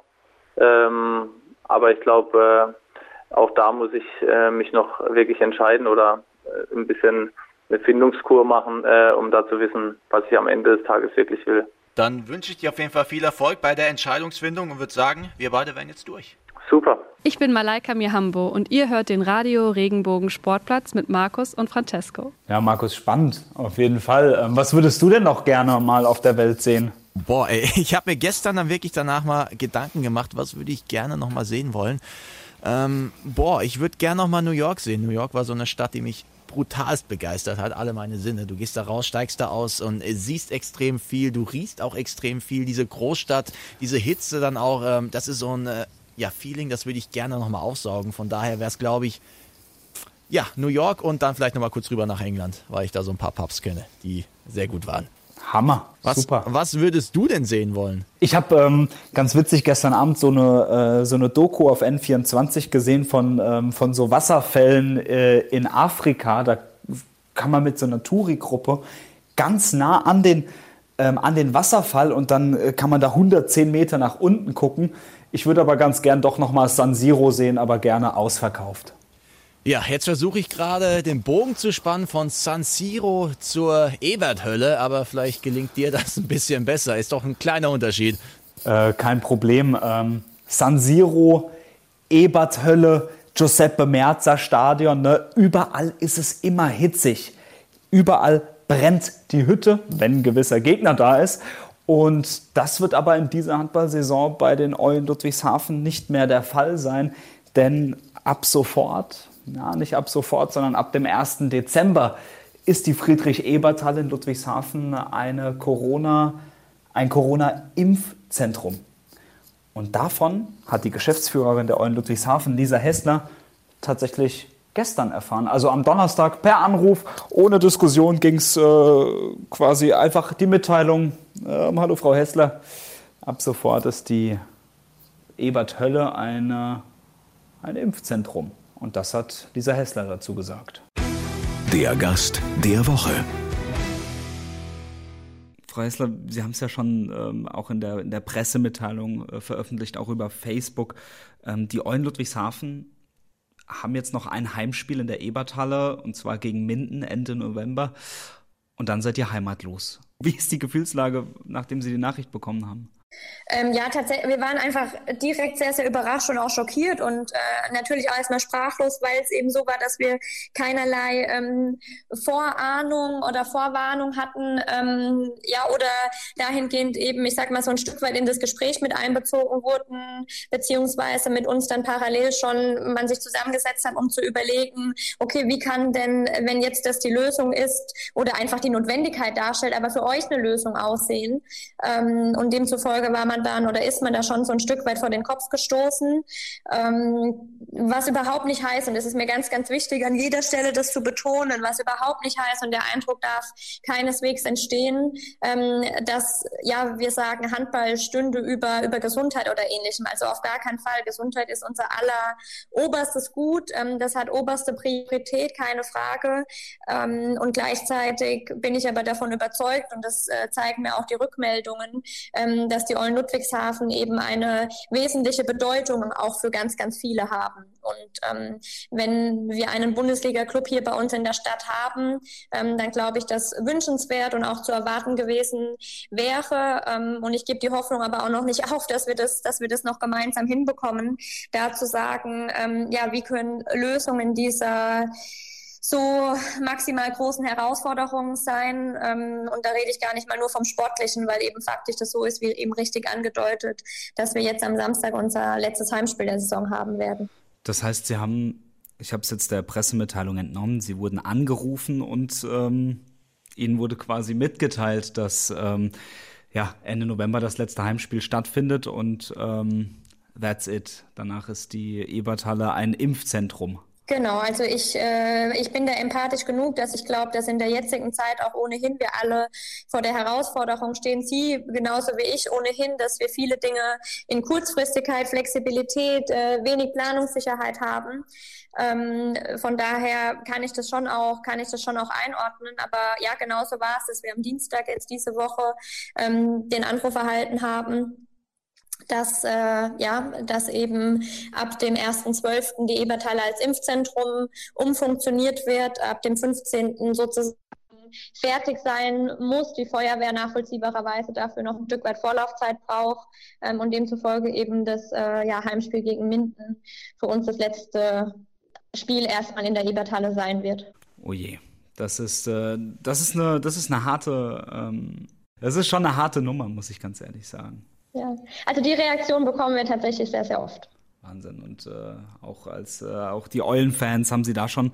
Aber ich glaube, auch da muss ich mich noch wirklich entscheiden oder ein bisschen eine Findungskur machen, um da zu wissen, was ich am Ende des Tages wirklich will. Dann wünsche ich dir auf jeden Fall viel Erfolg bei der Entscheidungsfindung und würde sagen, wir beide werden jetzt durch. Super. Ich bin Malaika Mihambo und ihr hört den Radio Regenbogen Sportplatz mit Markus und Francesco. Ja, Markus, spannend, auf jeden Fall. Was würdest du denn noch gerne mal auf der Welt sehen? Boah, ey, ich habe mir gestern dann wirklich danach mal Gedanken gemacht, was würde ich gerne noch mal sehen wollen. Ich würde gerne noch mal New York sehen. New York war so eine Stadt, die mich brutalst begeistert hat, alle meine Sinne. Du gehst da raus, steigst da aus und siehst extrem viel, du riechst auch extrem viel. Diese Großstadt, diese Hitze dann auch, das ist so ein Feeling, das würde ich gerne nochmal aufsaugen. Von daher wäre es, glaube ich, New York und dann vielleicht nochmal kurz rüber nach England, weil ich da so ein paar Pubs kenne, die sehr gut waren. Hammer, super. Was würdest du denn sehen wollen? Ich habe ganz witzig gestern Abend so eine Doku auf N24 gesehen von so Wasserfällen in Afrika. Da kann man mit so einer Touri-Gruppe ganz nah an den Wasserfall und dann kann man da 110 Meter nach unten gucken. Ich würde aber ganz gern doch nochmal San Siro sehen, aber gerne ausverkauft. Ja, jetzt versuche ich gerade den Bogen zu spannen von San Siro zur Eberthölle, aber vielleicht gelingt dir das ein bisschen besser. Ist doch ein kleiner Unterschied. Kein Problem. San Siro, Eberthölle, Giuseppe Meazza Stadion, ne? Überall ist es immer hitzig. Überall brennt die Hütte, wenn ein gewisser Gegner da ist. Und das wird aber in dieser Handballsaison bei den Eulen Ludwigshafen nicht mehr der Fall sein, denn ab sofort, nicht ab sofort, sondern ab dem 1. Dezember ist die Friedrich-Ebert-Halle in Ludwigshafen ein Corona-Impfzentrum. Und davon hat die Geschäftsführerin der Eulen Ludwigshafen, Lisa Hessler, tatsächlich gestern erfahren. Also am Donnerstag per Anruf, ohne Diskussion ging es quasi einfach die Mitteilung, hallo Frau Hessler, ab sofort ist die Eberthölle ein Impfzentrum. Und das hat Lisa Hessler dazu gesagt. Der Gast der Woche. Frau Hessler, Sie haben es ja schon auch in der Pressemitteilung veröffentlicht, auch über Facebook. Die Eulen Ludwigshafen haben jetzt noch ein Heimspiel in der Eberthalle, und zwar gegen Minden Ende November. Und dann seid ihr heimatlos. Wie ist die Gefühlslage, nachdem Sie die Nachricht bekommen haben? Ja, tatsächlich, wir waren einfach direkt sehr, sehr überrascht und auch schockiert und natürlich auch erstmal sprachlos, weil es eben so war, dass wir keinerlei Vorahnung oder Vorwarnung hatten, oder dahingehend eben, ich sag mal, so ein Stück weit in das Gespräch mit einbezogen wurden, beziehungsweise mit uns dann parallel schon man sich zusammengesetzt hat, um zu überlegen, okay, wie kann denn, wenn jetzt das die Lösung ist oder einfach die Notwendigkeit darstellt, aber für euch eine Lösung aussehen, und demzufolge war man dann oder ist man da schon so ein Stück weit vor den Kopf gestoßen, was überhaupt nicht heißt, und es ist mir ganz, ganz wichtig, an jeder Stelle das zu betonen, was überhaupt nicht heißt, und der Eindruck darf keineswegs entstehen, dass, ja, wir sagen, Handball stünde über Gesundheit oder Ähnlichem. Also auf gar keinen Fall. Gesundheit ist unser aller oberstes Gut. Das hat oberste Priorität, keine Frage. Und gleichzeitig bin ich aber davon überzeugt, und das zeigen mir auch die Rückmeldungen, dass die Eulen Ludwigshafen eben eine wesentliche Bedeutung auch für ganz, ganz viele haben. Und wenn wir einen Bundesliga-Club hier bei uns in der Stadt haben, dann glaube ich, dass wünschenswert und auch zu erwarten gewesen wäre. Und ich gebe die Hoffnung aber auch noch nicht auf, dass wir das noch gemeinsam hinbekommen, da zu sagen, wie können Lösungen dieser so maximal großen Herausforderungen sein. Und da rede ich gar nicht mal nur vom Sportlichen, weil eben faktisch das so ist, wie eben richtig angedeutet, dass wir jetzt am Samstag unser letztes Heimspiel der Saison haben werden. Das heißt, Sie haben, ich habe es jetzt der Pressemitteilung entnommen, Sie wurden angerufen und Ihnen wurde quasi mitgeteilt, dass Ende November das letzte Heimspiel stattfindet und that's it. Danach ist die Eberthalle ein Impfzentrum. Genau, also ich bin da empathisch genug, dass ich glaube, dass in der jetzigen Zeit auch ohnehin wir alle vor der Herausforderung stehen, Sie genauso wie ich ohnehin, dass wir viele Dinge in Kurzfristigkeit, Flexibilität, wenig Planungssicherheit haben. Von daher kann ich das schon auch einordnen, aber ja, genauso war es, dass wir am Dienstag jetzt diese Woche den Anruf erhalten haben, dass eben ab dem 1.12. die Eberthalle als Impfzentrum umfunktioniert wird, ab dem 15. sozusagen fertig sein muss, die Feuerwehr nachvollziehbarerweise dafür noch ein Stück weit Vorlaufzeit braucht und demzufolge eben das Heimspiel gegen Minden für uns das letzte Spiel erstmal in der Eberthalle sein wird. Oh je, das ist schon eine harte Nummer, muss ich ganz ehrlich sagen. Ja, also die Reaktion bekommen wir tatsächlich sehr, sehr oft. Wahnsinn. Und auch die Eulen-Fans, haben Sie da schon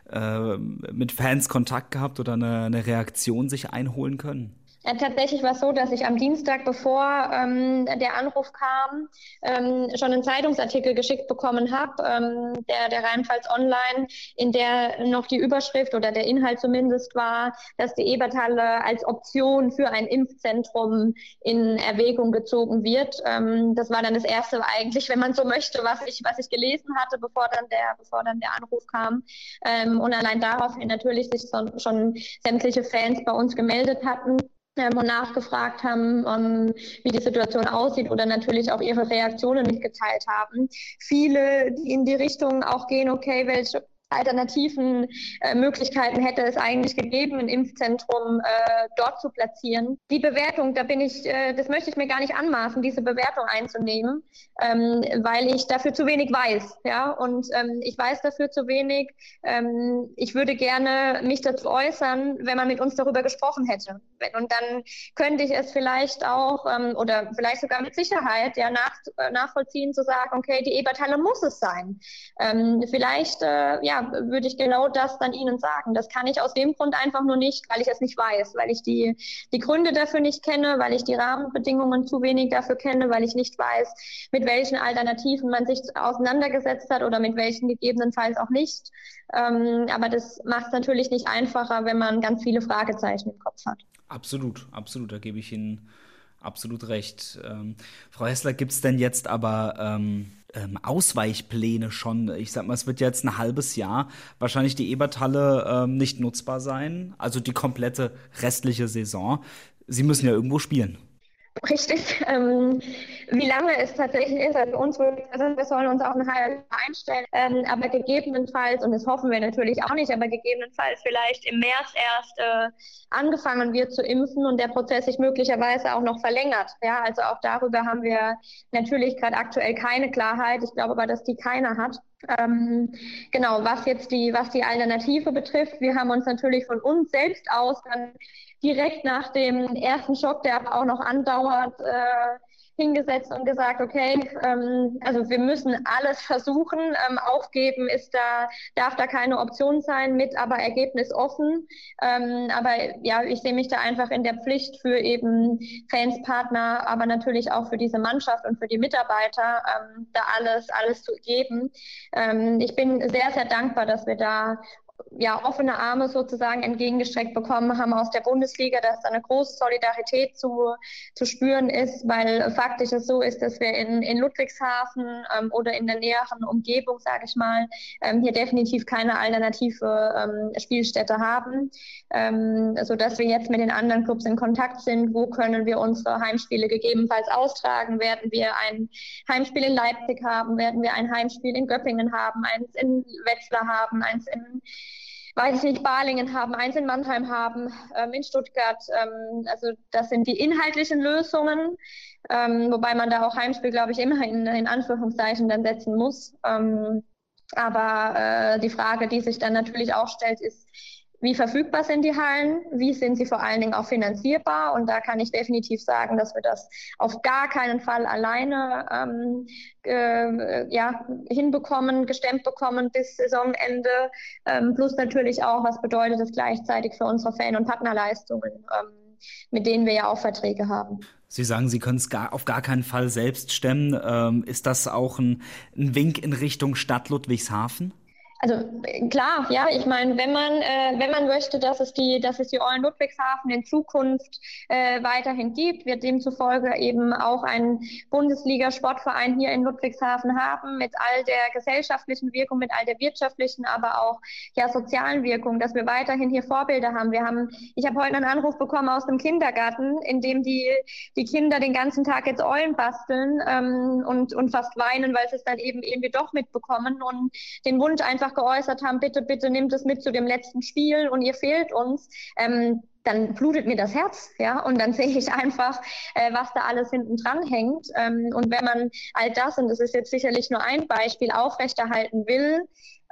mit Fans Kontakt gehabt oder eine Reaktion sich einholen können? Ja, tatsächlich war es so, dass ich am Dienstag, bevor der Anruf kam, schon einen Zeitungsartikel geschickt bekommen habe, der Rheinpfalz Online, in der noch die Überschrift oder der Inhalt zumindest war, dass die Eberthalle als Option für ein Impfzentrum in Erwägung gezogen wird. Das war dann das erste eigentlich, wenn man so möchte, was ich gelesen hatte, bevor dann der Anruf kam. Und allein daraufhin natürlich sich schon sämtliche Fans bei uns gemeldet hatten und nachgefragt haben, wie die Situation aussieht oder natürlich auch ihre Reaktionen mitgeteilt haben. Viele, die in die Richtung auch gehen, okay, welche alternativen Möglichkeiten hätte es eigentlich gegeben, ein Impfzentrum dort zu platzieren. Die Bewertung, das möchte ich mir gar nicht anmaßen, diese Bewertung einzunehmen, weil ich dafür zu wenig weiß. Ja, und ich weiß dafür zu wenig. Ich würde gerne mich dazu äußern, wenn man mit uns darüber gesprochen hätte. Und dann könnte ich es vielleicht auch oder vielleicht sogar mit Sicherheit nachvollziehen, zu sagen, okay, die Eberthalle muss es sein. Vielleicht würde ich genau das dann Ihnen sagen. Das kann ich aus dem Grund einfach nur nicht, weil ich es nicht weiß, weil ich die Gründe dafür nicht kenne, weil ich die Rahmenbedingungen zu wenig dafür kenne, weil ich nicht weiß, mit welchen Alternativen man sich auseinandergesetzt hat oder mit welchen gegebenenfalls auch nicht. Aber das macht es natürlich nicht einfacher, wenn man ganz viele Fragezeichen im Kopf hat. Absolut, da gebe ich Ihnen absolut recht. Frau Hessler, gibt's denn jetzt aber Ausweichpläne schon? Ich sag mal, es wird jetzt ein halbes Jahr wahrscheinlich die Eberthalle nicht nutzbar sein, also die komplette restliche Saison. Sie müssen ja irgendwo spielen. Richtig. Wie lange es tatsächlich ist, also uns wirklich, also wir sollen uns auch ein halbes Jahr einstellen, aber gegebenenfalls, und das hoffen wir natürlich auch nicht, aber gegebenenfalls vielleicht im März erst angefangen wird zu impfen und der Prozess sich möglicherweise auch noch verlängert. Ja, also auch darüber haben wir natürlich gerade aktuell keine Klarheit. Ich glaube aber, dass die keiner hat. Genau, was die Alternative betrifft, wir haben uns natürlich von uns selbst aus dann direkt nach dem ersten Schock, der aber auch noch andauert, hingesetzt und gesagt, okay, also wir müssen alles versuchen, aufgeben darf da keine Option sein, mit aber Ergebnis offen. Aber ja, ich sehe mich da einfach in der Pflicht für eben Fans, Partner, aber natürlich auch für diese Mannschaft und für die Mitarbeiter, da alles zu geben. Ich bin sehr, sehr dankbar, dass wir da offene Arme sozusagen entgegengestreckt bekommen haben aus der Bundesliga, dass da eine große Solidarität zu spüren ist, weil faktisch es so ist, dass wir in Ludwigshafen oder in der näheren Umgebung, sage ich mal, hier definitiv keine alternative Spielstätte haben, sodass wir jetzt mit den anderen Clubs in Kontakt sind. Wo können wir unsere Heimspiele gegebenenfalls austragen? Werden wir ein Heimspiel in Leipzig haben? Werden wir ein Heimspiel in Göppingen haben? Eins in Wetzlar haben? Eins in Balingen haben, eins in Mannheim haben, in Stuttgart. Also das sind die inhaltlichen Lösungen, wobei man da auch Heimspiel, glaube ich, immer in Anführungszeichen dann setzen muss. Aber die Frage, die sich dann natürlich auch stellt, ist, wie verfügbar sind die Hallen? Wie sind sie vor allen Dingen auch finanzierbar? Und da kann ich definitiv sagen, dass wir das auf gar keinen Fall alleine hinbekommen, gestemmt bekommen bis Saisonende. Plus natürlich auch, was bedeutet das gleichzeitig für unsere Fan- und Partnerleistungen, mit denen wir ja auch Verträge haben. Sie sagen, Sie können es auf gar keinen Fall selbst stemmen. Ist das auch ein Wink in Richtung Stadt Ludwigshafen? Also klar, ja, ich meine, wenn man möchte, dass es die Eulen Ludwigshafen in Zukunft weiterhin gibt, wir demzufolge eben auch einen Bundesliga-Sportverein hier in Ludwigshafen haben, mit all der gesellschaftlichen Wirkung, mit all der wirtschaftlichen, aber auch sozialen Wirkung, dass wir weiterhin hier Vorbilder haben. Ich habe heute einen Anruf bekommen aus dem Kindergarten, in dem die Kinder den ganzen Tag jetzt Eulen basteln und fast weinen, weil sie es dann eben irgendwie doch mitbekommen und den Wunsch einfach geäußert haben, bitte nimmt es mit zu dem letzten Spiel und ihr fehlt uns, dann blutet mir das Herz, ja, und dann sehe ich einfach, was da alles hinten dran hängt. Und wenn man all das, und das ist jetzt sicherlich nur ein Beispiel, aufrechterhalten will,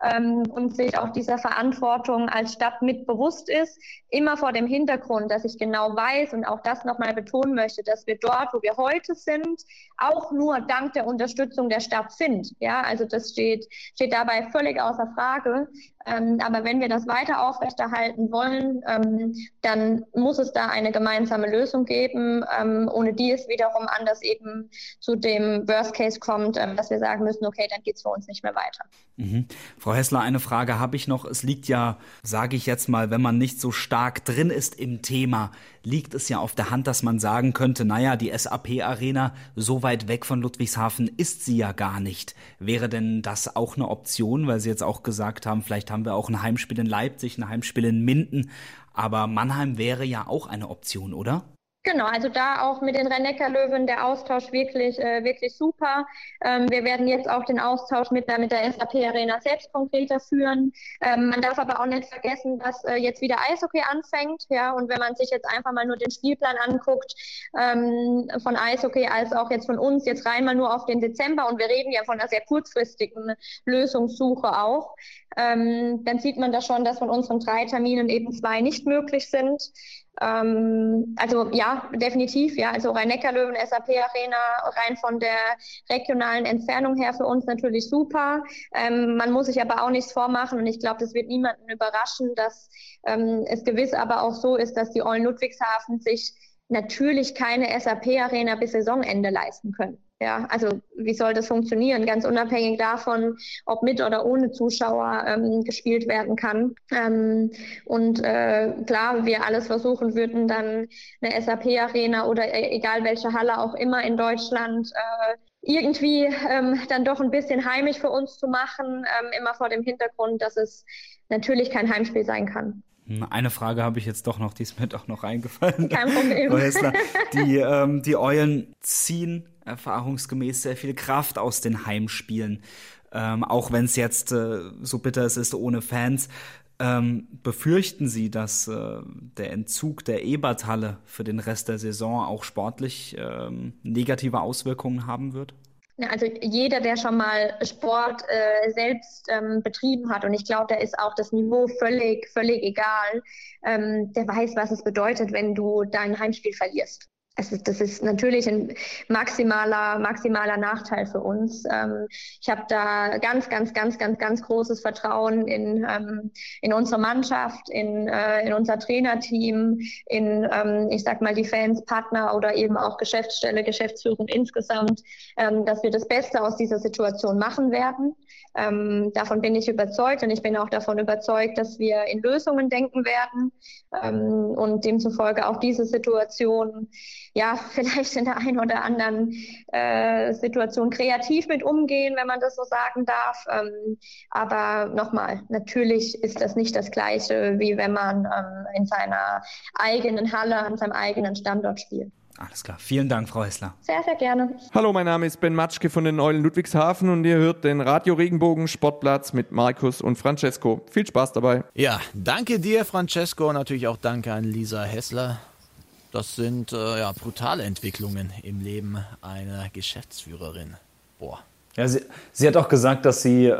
und sich auch dieser Verantwortung als Stadt mit bewusst ist, immer vor dem Hintergrund, dass ich genau weiß und auch das nochmal betonen möchte, dass wir dort, wo wir heute sind, auch nur dank der Unterstützung der Stadt sind. Ja, also das steht dabei völlig außer Frage. Aber wenn wir das weiter aufrechterhalten wollen, dann muss es da eine gemeinsame Lösung geben, ohne die es wiederum anders eben zu dem Worst Case kommt, dass wir sagen müssen, okay, dann geht's für uns nicht mehr weiter. Mhm. Frau Hessler, eine Frage habe ich noch. Es liegt ja, sage ich jetzt mal, wenn man nicht so stark drin ist im Thema, liegt es ja auf der Hand, dass man sagen könnte, naja, die SAP-Arena, so weit weg von Ludwigshafen ist sie ja gar nicht. Wäre denn das auch eine Option, weil Sie jetzt auch gesagt haben, vielleicht haben wir auch ein Heimspiel in Leipzig, ein Heimspiel in Minden, aber Mannheim wäre ja auch eine Option, oder? Genau, also da auch mit den Rhein-Neckar-Löwen der Austausch wirklich super. Wir werden jetzt auch den Austausch mit der SAP-Arena selbst konkreter führen. Man darf aber auch nicht vergessen, dass jetzt wieder Eishockey anfängt. Ja, und wenn man sich jetzt einfach mal nur den Spielplan anguckt, von Eishockey als auch jetzt von uns, jetzt rein mal nur auf den Dezember, und wir reden ja von einer sehr kurzfristigen Lösungssuche auch, dann sieht man da schon, dass von unseren 3 Terminen eben 2 nicht möglich sind. Also ja, definitiv, ja, also Rhein-Neckar-Löwen, SAP-Arena, rein von der regionalen Entfernung her für uns natürlich super. Man muss sich aber auch nichts vormachen, und ich glaube, das wird niemanden überraschen, dass es gewiss aber auch so ist, dass die Eulen Ludwigshafen sich natürlich keine SAP-Arena bis Saisonende leisten können. Ja, also wie soll das funktionieren? Ganz unabhängig davon, ob mit oder ohne Zuschauer gespielt werden kann. Klar, wir alles versuchen würden, dann eine SAP-Arena oder egal welche Halle auch immer in Deutschland irgendwie dann doch ein bisschen heimisch für uns zu machen, immer vor dem Hintergrund, dass es natürlich kein Heimspiel sein kann. Eine Frage habe ich jetzt doch noch, die ist mir doch noch eingefallen. Kein Problem. Hessler, die Eulen ziehen erfahrungsgemäß sehr viel Kraft aus den Heimspielen. Auch wenn es jetzt so bitter ist ohne Fans. Befürchten Sie, dass der Entzug der Eberthalle für den Rest der Saison auch sportlich negative Auswirkungen haben wird? Ja, also jeder, der schon mal Sport selbst betrieben hat, und ich glaube, da ist auch das Niveau völlig egal, der weiß, was es bedeutet, wenn du dein Heimspiel verlierst. Das ist natürlich ein maximaler Nachteil für uns. Ich habe da ganz großes Vertrauen in unsere Mannschaft, in unser Trainerteam, ich sag mal, die Fans, Partner oder eben auch Geschäftsstelle, Geschäftsführung insgesamt, dass wir das Beste aus dieser Situation machen werden. Davon bin ich überzeugt, und ich bin auch davon überzeugt, dass wir in Lösungen denken werden und demzufolge auch diese Situation vielleicht in der einen oder anderen Situation kreativ mit umgehen, wenn man das so sagen darf. Aber nochmal, natürlich ist das nicht das Gleiche, wie wenn man in seiner eigenen Halle, an seinem eigenen Standort spielt. Alles klar. Vielen Dank, Frau Hessler. Sehr, sehr gerne. Hallo, mein Name ist Ben Matschke von den Eulen Ludwigshafen und ihr hört den Radio Regenbogen Sportplatz mit Markus und Francesco. Viel Spaß dabei. Ja, danke dir, Francesco, und natürlich auch danke an Lisa Hessler. Das sind brutale Entwicklungen im Leben einer Geschäftsführerin. Boah. Ja, sie hat auch gesagt, dass sie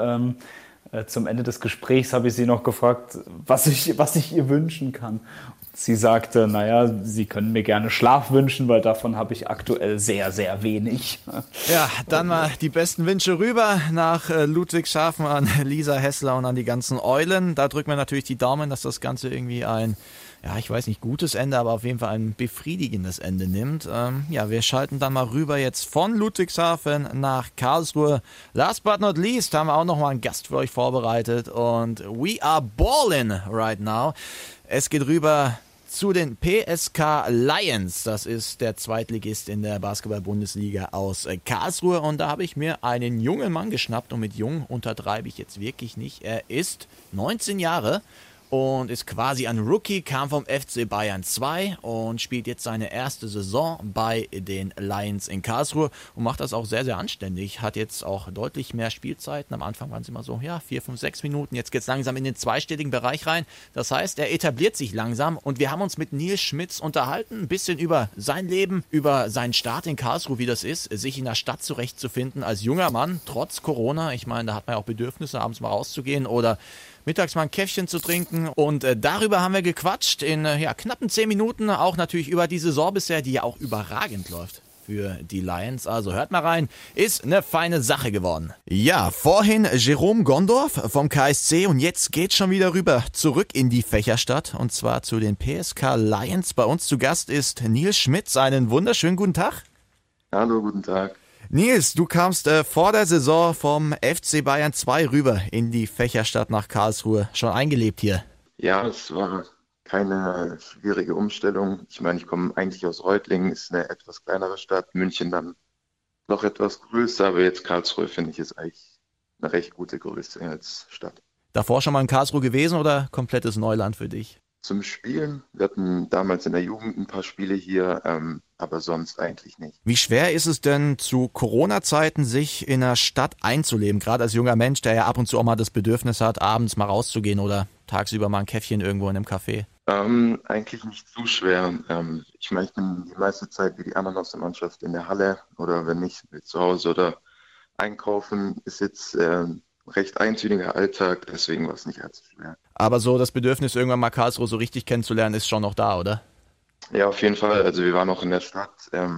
zum Ende des Gesprächs habe ich sie noch gefragt, was ich ihr wünschen kann. Sie sagte, sie können mir gerne Schlaf wünschen, weil davon habe ich aktuell sehr, sehr wenig. Ja, dann mal die besten Wünsche rüber nach Ludwigshafen an Lisa Hessler und an die ganzen Eulen. Da drücken wir natürlich die Daumen, dass das Ganze irgendwie ein, ich weiß nicht, gutes Ende, aber auf jeden Fall ein befriedigendes Ende nimmt. Wir schalten dann mal rüber jetzt von Ludwigshafen nach Karlsruhe. Last but not least haben wir auch noch mal einen Gast für euch vorbereitet und we are ballin' right now. Es geht rüber zu den PSK Lions. Das ist der Zweitligist in der Basketball-Bundesliga aus Karlsruhe. Und da habe ich mir einen jungen Mann geschnappt. Und mit jung untertreibe ich jetzt wirklich nicht. Er ist 19 Jahre und ist quasi ein Rookie, kam vom FC Bayern 2 und spielt jetzt seine erste Saison bei den Lions in Karlsruhe und macht das auch sehr, sehr anständig. Hat jetzt auch deutlich mehr Spielzeiten. Am Anfang waren es immer so, 4, 5, 6 Minuten. Jetzt geht es langsam in den zweistelligen Bereich rein. Das heißt, er etabliert sich langsam und wir haben uns mit Nils Schmitz unterhalten, ein bisschen über sein Leben, über seinen Start in Karlsruhe, wie das ist, sich in der Stadt zurechtzufinden als junger Mann, trotz Corona. Ich meine, da hat man ja auch Bedürfnisse, abends mal rauszugehen oder mittags mal ein Käffchen zu trinken, und darüber haben wir gequatscht in knappen 10 Minuten, auch natürlich über die Saison bisher, die ja auch überragend läuft für die Lions. Also hört mal rein, ist eine feine Sache geworden. Ja, vorhin Jerome Gondorf vom KSC und jetzt geht's schon wieder rüber zurück in die Fächerstadt und zwar zu den PSK Lions. Bei uns zu Gast ist Nils Schmitz. Einen wunderschönen guten Tag. Hallo, guten Tag. Nils, du kamst vor der Saison vom FC Bayern 2 rüber in die Fächerstadt nach Karlsruhe. Schon eingelebt hier? Ja, es war keine schwierige Umstellung. Ich meine, ich komme eigentlich aus Reutlingen, ist eine etwas kleinere Stadt. München dann noch etwas größer, aber jetzt Karlsruhe finde ich ist eigentlich eine recht gute Größe als Stadt. Davor schon mal in Karlsruhe gewesen oder komplettes Neuland für dich? Zum Spielen. Wir hatten damals in der Jugend ein paar Spiele hier, aber sonst eigentlich nicht. Wie schwer ist es denn zu Corona-Zeiten, sich in einer Stadt einzuleben? Gerade als junger Mensch, der ja ab und zu auch mal das Bedürfnis hat, abends mal rauszugehen oder tagsüber mal ein Käffchen irgendwo in einem Café. Eigentlich nicht zu schwer. Ich meine, ich bin die meiste Zeit wie die anderen aus der Mannschaft in der Halle oder wenn nicht zu Hause oder einkaufen. Ist jetzt recht eintöniger Alltag, deswegen war es nicht allzu schwer. Aber so das Bedürfnis, irgendwann mal Karlsruhe so richtig kennenzulernen, ist schon noch da, oder? Ja, auf jeden Fall. Also wir waren auch in der Stadt,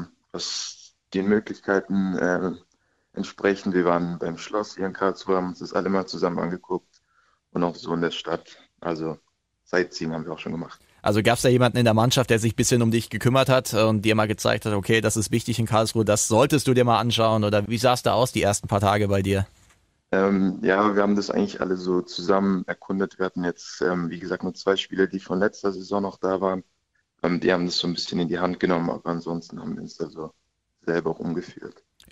was den Möglichkeiten entsprechend. Wir waren beim Schloss hier in Karlsruhe, haben uns das alle mal zusammen angeguckt und auch so in der Stadt. Also Sightseeing haben wir auch schon gemacht. Also gab es da jemanden in der Mannschaft, der sich ein bisschen um dich gekümmert hat und dir mal gezeigt hat, okay, das ist wichtig in Karlsruhe, das solltest du dir mal anschauen? Oder wie sah es da aus die ersten paar Tage bei dir? Ja, wir haben das eigentlich alle so zusammen erkundet. Wir hatten jetzt, wie gesagt, nur 2 Spieler, die von letzter Saison noch da waren. Die haben das so ein bisschen in die Hand genommen, aber ansonsten haben wir uns da so selber rumgeführt.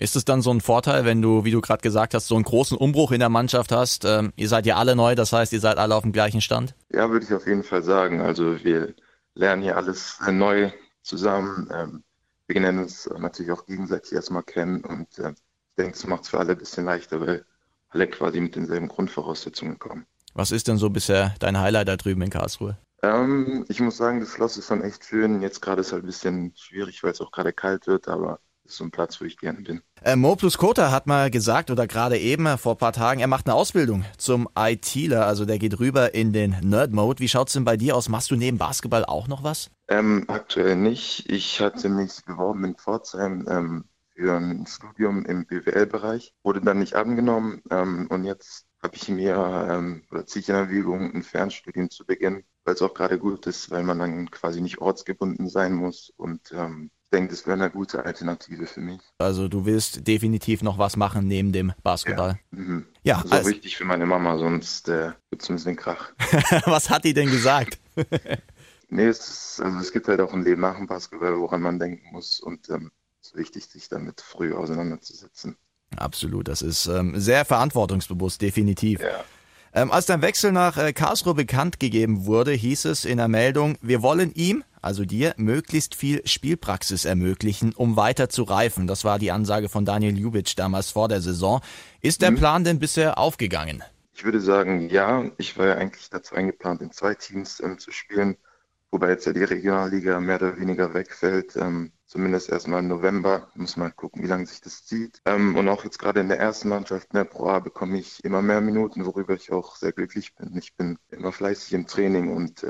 Ist es dann so ein Vorteil, wenn du, wie du gerade gesagt hast, so einen großen Umbruch in der Mannschaft hast? Ihr seid ja alle neu, das heißt, ihr seid alle auf dem gleichen Stand? Ja, würde ich auf jeden Fall sagen. Also wir lernen hier alles neu zusammen. Wir lernen uns natürlich auch gegenseitig erstmal kennen und ich denke, es macht es für alle ein bisschen leichter, weil alle quasi mit denselben Grundvoraussetzungen kommen. Was ist denn so bisher dein Highlight da drüben in Karlsruhe? Ich muss sagen, das Schloss ist schon echt schön. Jetzt gerade ist es halt ein bisschen schwierig, weil es auch gerade kalt wird, aber es ist so ein Platz, wo ich gerne bin. Mo plus Kota hat mal gesagt, oder gerade eben vor ein paar Tagen, er macht eine Ausbildung zum ITler, also der geht rüber in den Nerd-Mode. Wie schaut's denn bei dir aus? Machst du neben Basketball auch noch was? Aktuell nicht. Ich hatte mich beworben in Pforzheim für ein Studium im BWL-Bereich, wurde dann nicht angenommen und jetzt habe ich mir oder ziehe ich in Erwägung, ein Fernstudium zu beginnen, weil es auch gerade gut ist, weil man dann quasi nicht ortsgebunden sein muss und ich denke, das wäre eine gute Alternative für mich. Also du willst definitiv noch was machen neben dem Basketball. Ja, das ist auch wichtig für meine Mama, sonst wird es ein bisschen Krach. Was hat die denn gesagt? Nee, es gibt halt auch ein Leben nach dem Basketball, woran man denken muss und es ist wichtig, sich damit früh auseinanderzusetzen. Absolut, das ist sehr verantwortungsbewusst, definitiv. Ja. Als dein Wechsel nach Karlsruhe bekannt gegeben wurde, hieß es in der Meldung, wir wollen ihm, also dir, möglichst viel Spielpraxis ermöglichen, um weiter zu reifen. Das war die Ansage von Daniel Ljubic damals vor der Saison. Ist der Plan denn bisher aufgegangen? Ich würde sagen, ja. Ich war ja eigentlich dazu eingeplant, in 2 Teams zu spielen, wobei jetzt ja die Regionalliga mehr oder weniger wegfällt. Zumindest erstmal im November. Muss mal gucken, wie lange sich das zieht. Und auch jetzt gerade in der ersten Mannschaft, in der Pro A, bekomme ich immer mehr Minuten, worüber ich auch sehr glücklich bin. Ich bin immer fleißig im Training und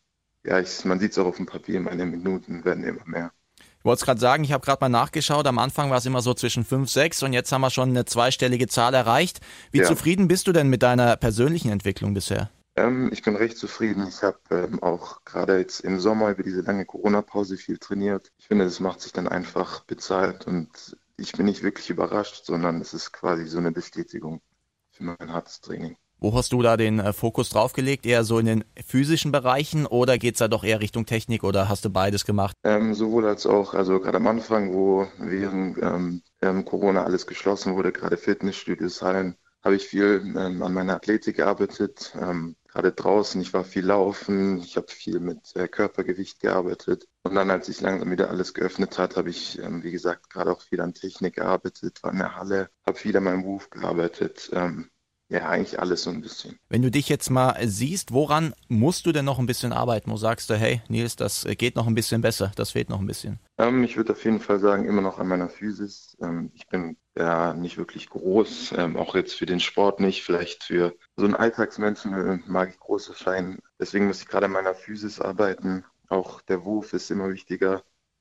man sieht es auch auf dem Papier, meine Minuten werden immer mehr. Ich wollte es gerade sagen, ich habe gerade mal nachgeschaut. Am Anfang war es immer so zwischen 5, 6 und jetzt haben wir schon eine zweistellige Zahl erreicht. Wie zufrieden bist du denn mit deiner persönlichen Entwicklung bisher? Ich bin recht zufrieden. Ich habe auch gerade jetzt im Sommer über diese lange Corona-Pause viel trainiert. Ich finde, das macht sich dann einfach bezahlt und ich bin nicht wirklich überrascht, sondern es ist quasi so eine Bestätigung für mein hartes Training. Wo hast du da den Fokus drauf gelegt? Eher so in den physischen Bereichen oder geht's da doch eher Richtung Technik oder hast du beides gemacht? Sowohl als auch. Also gerade am Anfang, wo während Corona alles geschlossen wurde, gerade Fitnessstudios, Hallen, habe ich viel an meiner Athletik gearbeitet, gerade draußen. Ich war viel laufen, ich habe viel mit Körpergewicht gearbeitet. Und dann, als sich langsam wieder alles geöffnet hat, habe ich, wie gesagt, gerade auch viel an Technik gearbeitet, war in der Halle, habe viel an meinem Beruf gearbeitet. Ja, eigentlich alles so ein bisschen. Wenn du dich jetzt mal siehst, woran musst du denn noch ein bisschen arbeiten? Wo sagst du, hey Nils, das geht noch ein bisschen besser, das fehlt noch ein bisschen? Ich würde auf jeden Fall sagen, immer noch an meiner Physis. Ich bin ja nicht wirklich groß, auch jetzt für den Sport nicht. Vielleicht für so einen Alltagsmenschen mag ich groß erscheinen. Deswegen muss ich gerade an meiner Physis arbeiten. Auch der Wurf ist immer wichtiger,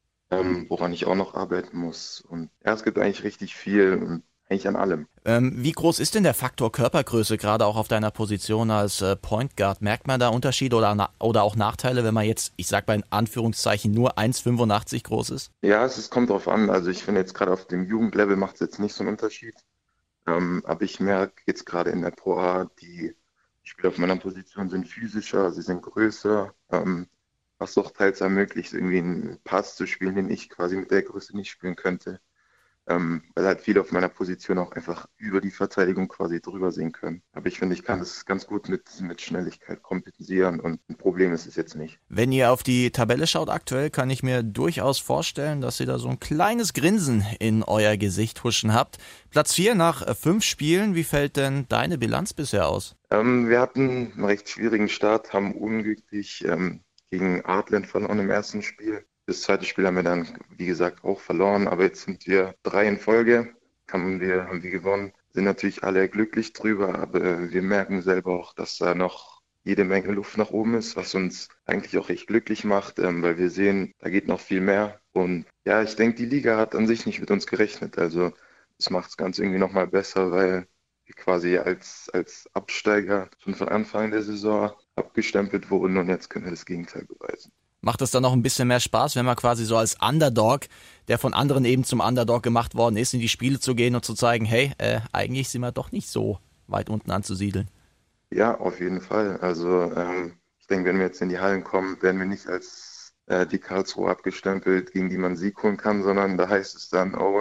woran ich auch noch arbeiten muss. Und ja, es gibt eigentlich richtig viel und eigentlich an allem. Wie groß ist denn der Faktor Körpergröße, gerade auch auf deiner Position als Point Guard? Merkt man da Unterschiede oder auch Nachteile, wenn man jetzt, ich sag mal in Anführungszeichen, nur 1,85 groß ist? Ja, es kommt drauf an. Also ich finde jetzt gerade auf dem Jugendlevel macht es jetzt nicht so einen Unterschied. Aber ich merke jetzt gerade in der Pro A, die Spieler auf meiner Position sind physischer, sie sind größer, was doch teils ermöglicht, irgendwie einen Pass zu spielen, den ich quasi mit der Größe nicht spielen könnte. Weil halt viele auf meiner Position auch einfach über die Verteidigung quasi drüber sehen können. Aber ich finde, ich kann das ganz gut mit Schnelligkeit kompensieren und ein Problem ist es jetzt nicht. Wenn ihr auf die Tabelle schaut aktuell, kann ich mir durchaus vorstellen, dass ihr da so ein kleines Grinsen in euer Gesicht huschen habt. Platz 4 nach 5 Spielen, wie fällt denn deine Bilanz bisher aus? Wir hatten einen recht schwierigen Start, haben unglücklich gegen Artland verloren im ersten Spiel. Das zweite Spiel haben wir dann, wie gesagt, auch verloren, aber jetzt sind wir 3 in Folge, haben wir gewonnen, sind natürlich alle glücklich drüber, aber wir merken selber auch, dass da noch jede Menge Luft nach oben ist, was uns eigentlich auch echt glücklich macht, weil wir sehen, da geht noch viel mehr und ja, ich denke, die Liga hat an sich nicht mit uns gerechnet, also das macht das Ganze irgendwie nochmal besser, weil wir quasi als Absteiger schon von Anfang der Saison abgestempelt wurden und jetzt können wir das Gegenteil beweisen. Macht es dann noch ein bisschen mehr Spaß, wenn man quasi so als Underdog, der von anderen eben zum Underdog gemacht worden ist, in die Spiele zu gehen und zu zeigen, hey, eigentlich sind wir doch nicht so weit unten anzusiedeln? Ja, auf jeden Fall. Also ich denke, wenn wir jetzt in die Hallen kommen, werden wir nicht als die Karlsruhe abgestempelt, gegen die man Sieg holen kann, sondern da heißt es dann, oh, jetzt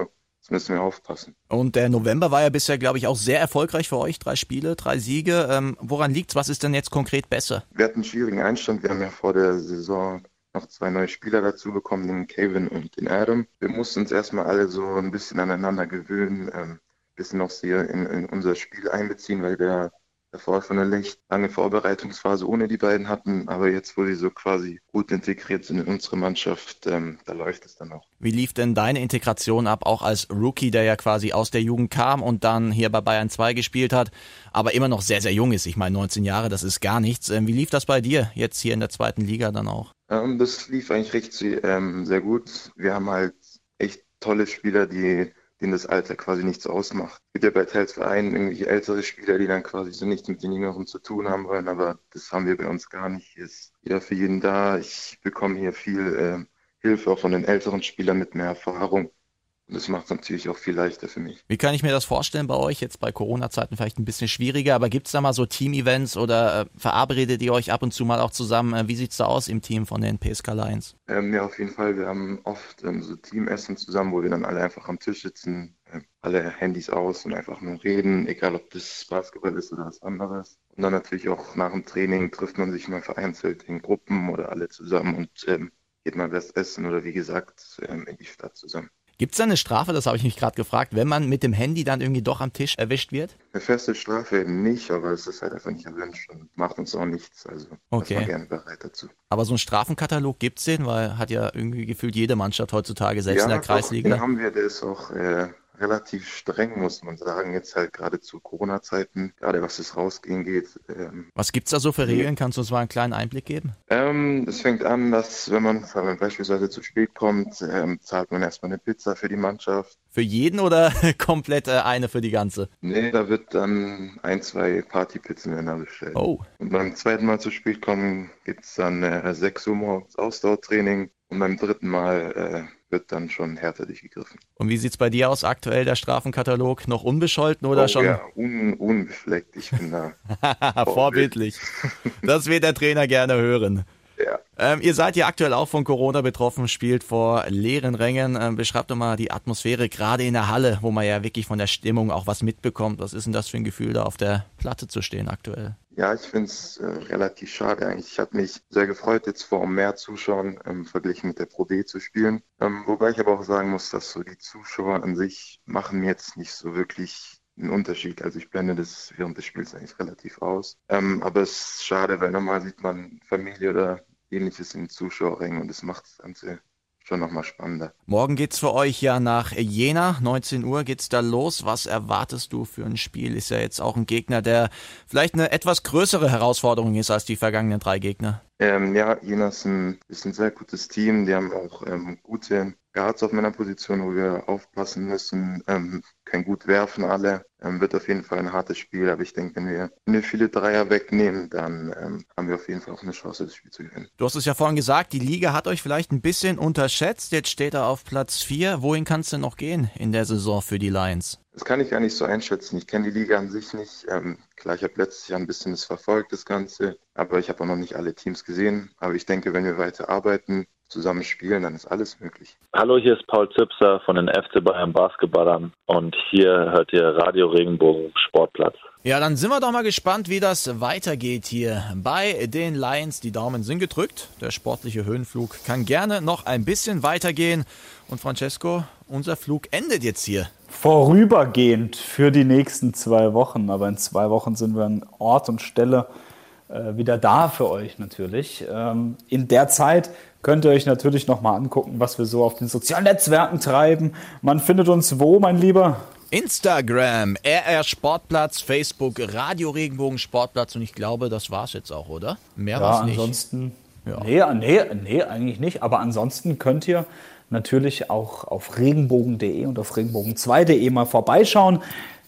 müssen wir aufpassen. Und der November war ja bisher, glaube ich, auch sehr erfolgreich für euch. 3 Spiele, 3 Siege. Woran liegt's? Was ist denn jetzt konkret besser? Wir hatten einen schwierigen Einstand. Wir haben ja vor der Saison noch 2 neue Spieler dazu bekommen, den Kevin und den Adam. Wir mussten uns erstmal alle so ein bisschen aneinander gewöhnen, ein bisschen noch sehr in unser Spiel einbeziehen, weil wir davor schon eine recht lange Vorbereitungsphase ohne die beiden hatten. Aber jetzt, wo sie so quasi gut integriert sind in unsere Mannschaft, da läuft es dann auch. Wie lief denn deine Integration ab, auch als Rookie, der ja quasi aus der Jugend kam und dann hier bei Bayern 2 gespielt hat, aber immer noch sehr, sehr jung ist? Ich meine, 19 Jahre, das ist gar nichts. Wie lief das bei dir jetzt hier in der 2. Liga dann auch? Das lief eigentlich recht sehr gut. Wir haben halt echt tolle Spieler, denen das Alter quasi nichts ausmacht. Es gibt ja bei teils Vereinen irgendwelche ältere Spieler, die dann quasi so nichts mit den Jüngeren zu tun haben wollen, aber das haben wir bei uns gar nicht. Hier ist jeder für jeden da. Ich bekomme hier viel Hilfe auch von den älteren Spielern mit mehr Erfahrung. Und das macht es natürlich auch viel leichter für mich. Wie kann ich mir das vorstellen bei euch? Jetzt bei Corona-Zeiten vielleicht ein bisschen schwieriger, aber gibt es da mal so Team-Events oder verabredet ihr euch ab und zu mal auch zusammen? Wie sieht's da aus im Team von den PSK Lions? Ja, auf jeden Fall. Wir haben oft so Teamessen zusammen, wo wir dann alle einfach am Tisch sitzen, alle Handys aus und einfach nur reden, egal ob das Basketball ist oder was anderes. Und dann natürlich auch nach dem Training trifft man sich mal vereinzelt in Gruppen oder alle zusammen und geht mal was essen oder wie gesagt in die Stadt zusammen. Gibt es da eine Strafe, das habe ich mich gerade gefragt, wenn man mit dem Handy dann irgendwie doch am Tisch erwischt wird? Eine feste Strafe nicht, aber es ist halt einfach nicht erwünscht und macht uns auch nichts. Also okay. Ist man gerne bereit dazu. Aber so einen Strafenkatalog gibt es den, weil hat ja irgendwie gefühlt jede Mannschaft heutzutage, selbst in der Kreisliga. Ja, den haben wir, der ist auch relativ streng, muss man sagen, jetzt halt gerade zu Corona-Zeiten, gerade was das Rausgehen geht. Was gibt's da so für Regeln? Kannst du uns mal einen kleinen Einblick geben? Es fängt an, dass wenn man beispielsweise zu spät kommt, zahlt man erstmal eine Pizza für die Mannschaft. Für jeden oder komplett eine für die ganze? Nee, da wird dann 1, 2 Partypizzen werden da bestellt. Oh. Und beim zweiten Mal zu spät kommen, gibt's dann 6 Uhr morgens Ausdauertraining und beim dritten Mal wird dann schon härter durchgegriffen. Und wie sieht's bei dir aus aktuell, der Strafenkatalog? Noch unbescholten oder schon? Ja, unbefleckt. Ich bin da vorbildlich. Das wird der Trainer gerne hören. Ja. Ihr seid ja aktuell auch von Corona betroffen, spielt vor leeren Rängen. Beschreibt doch mal die Atmosphäre, gerade in der Halle, wo man ja wirklich von der Stimmung auch was mitbekommt. Was ist denn das für ein Gefühl, da auf der Platte zu stehen aktuell? Ja, ich finde es relativ schade eigentlich. Ich habe mich sehr gefreut, jetzt vor mehr Zuschauern verglichen mit der Pro D zu spielen. Wobei ich aber auch sagen muss, dass so die Zuschauer an sich machen mir jetzt nicht so wirklich einen Unterschied. Also ich blende das während des Spiels eigentlich relativ aus. Aber es ist schade, weil normal sieht man Familie oder Ähnliches in den Zuschauerrängen und das macht das Ganze schon nochmal spannender. Morgen geht's für euch ja nach Jena, 19 Uhr geht's da los. Was erwartest du für ein Spiel? Ist ja jetzt auch ein Gegner, der vielleicht eine etwas größere Herausforderung ist als die vergangenen 3 Gegner. Ja, Jena ist ein sehr gutes Team. Die haben auch gute Guards auf meiner Position, wo wir aufpassen müssen, können gut werfen alle. Wird auf jeden Fall ein hartes Spiel, aber ich denke, wenn wir viele Dreier wegnehmen, dann haben wir auf jeden Fall auch eine Chance, das Spiel zu gewinnen. Du hast es ja vorhin gesagt, die Liga hat euch vielleicht ein bisschen unterschätzt. Jetzt steht er auf Platz 4. Wohin kann es denn noch gehen in der Saison für die Lions? Das kann ich gar nicht so einschätzen. Ich kenne die Liga an sich nicht. Klar, ich habe letztes Jahr ein bisschen das verfolgt, das Ganze, aber ich habe auch noch nicht alle Teams gesehen. Aber ich denke, wenn wir weiter arbeiten, zusammen spielen, dann ist alles möglich. Hallo, hier ist Paul Zipser von den FC Bayern Basketballern und hier hört ihr Radio Regenbogen Sportplatz. Ja, dann sind wir doch mal gespannt, wie das weitergeht hier bei den Lions. Die Daumen sind gedrückt. Der sportliche Höhenflug kann gerne noch ein bisschen weitergehen. Und Francesco, unser Flug endet jetzt hier. Vorübergehend für die nächsten 2 Wochen. Aber in 2 Wochen sind wir an Ort und Stelle wieder da für euch natürlich. In der Zeit könnt ihr euch natürlich nochmal angucken, was wir so auf den sozialen Netzwerken treiben. Man findet uns wo, mein Lieber? Instagram, RR Sportplatz, Facebook, Radio Regenbogen Sportplatz und ich glaube, das war's jetzt auch, oder? Mehr war's nicht. Ansonsten, ja. Nee, eigentlich nicht. Aber ansonsten könnt ihr natürlich auch auf regenbogen.de und auf regenbogen2.de mal vorbeischauen.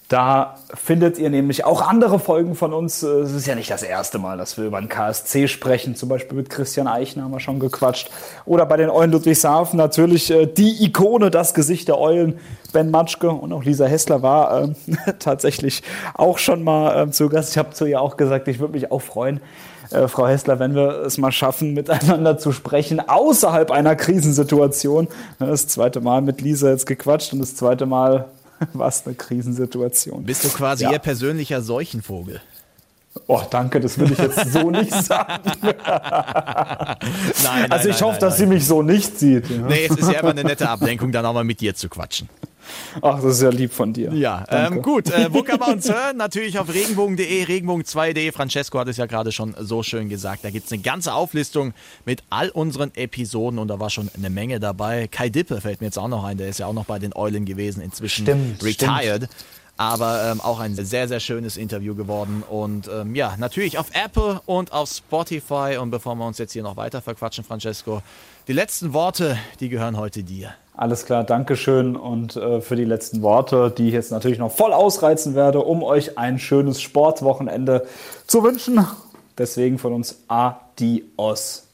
Da findet ihr nämlich auch andere Folgen von uns. Es ist ja nicht das erste Mal, dass wir über den KSC sprechen. Zum Beispiel mit Christian Eichner haben wir schon gequatscht. Oder bei den Eulen Ludwigshafen natürlich die Ikone, das Gesicht der Eulen, Ben Matschke. Und auch Lisa Hessler war tatsächlich auch schon mal zu Gast. Ich habe zu ihr auch gesagt, ich würde mich auch freuen, Frau Hässler, wenn wir es mal schaffen, miteinander zu sprechen, außerhalb einer Krisensituation. Das zweite Mal mit Lisa jetzt gequatscht und das zweite Mal war es eine Krisensituation. Bist du quasi ihr persönlicher Seuchenvogel? Oh, danke, das würde ich jetzt so nicht sagen. Also ich hoffe, dass sie mich so nicht sieht. Ja. Nee, es ist ja immer eine nette Ablenkung, dann auch mal mit dir zu quatschen. Ach, das ist ja lieb von dir. Ja, gut. Wo kann man uns hören? Natürlich auf regenbogen.de, regenbogen2.de. Francesco hat es ja gerade schon so schön gesagt. Da gibt es eine ganze Auflistung mit all unseren Episoden und da war schon eine Menge dabei. Kai Dippe fällt mir jetzt auch noch ein, der ist ja auch noch bei den Eulen gewesen, inzwischen retired. Aber auch ein sehr, sehr schönes Interview geworden. Und ja, natürlich auf Apple und auf Spotify. Und bevor wir uns jetzt hier noch weiter verquatschen, Francesco, die letzten Worte, die gehören heute dir. Alles klar, Dankeschön und für die letzten Worte, die ich jetzt natürlich noch voll ausreizen werde, um euch ein schönes Sportwochenende zu wünschen. Deswegen von uns Adios.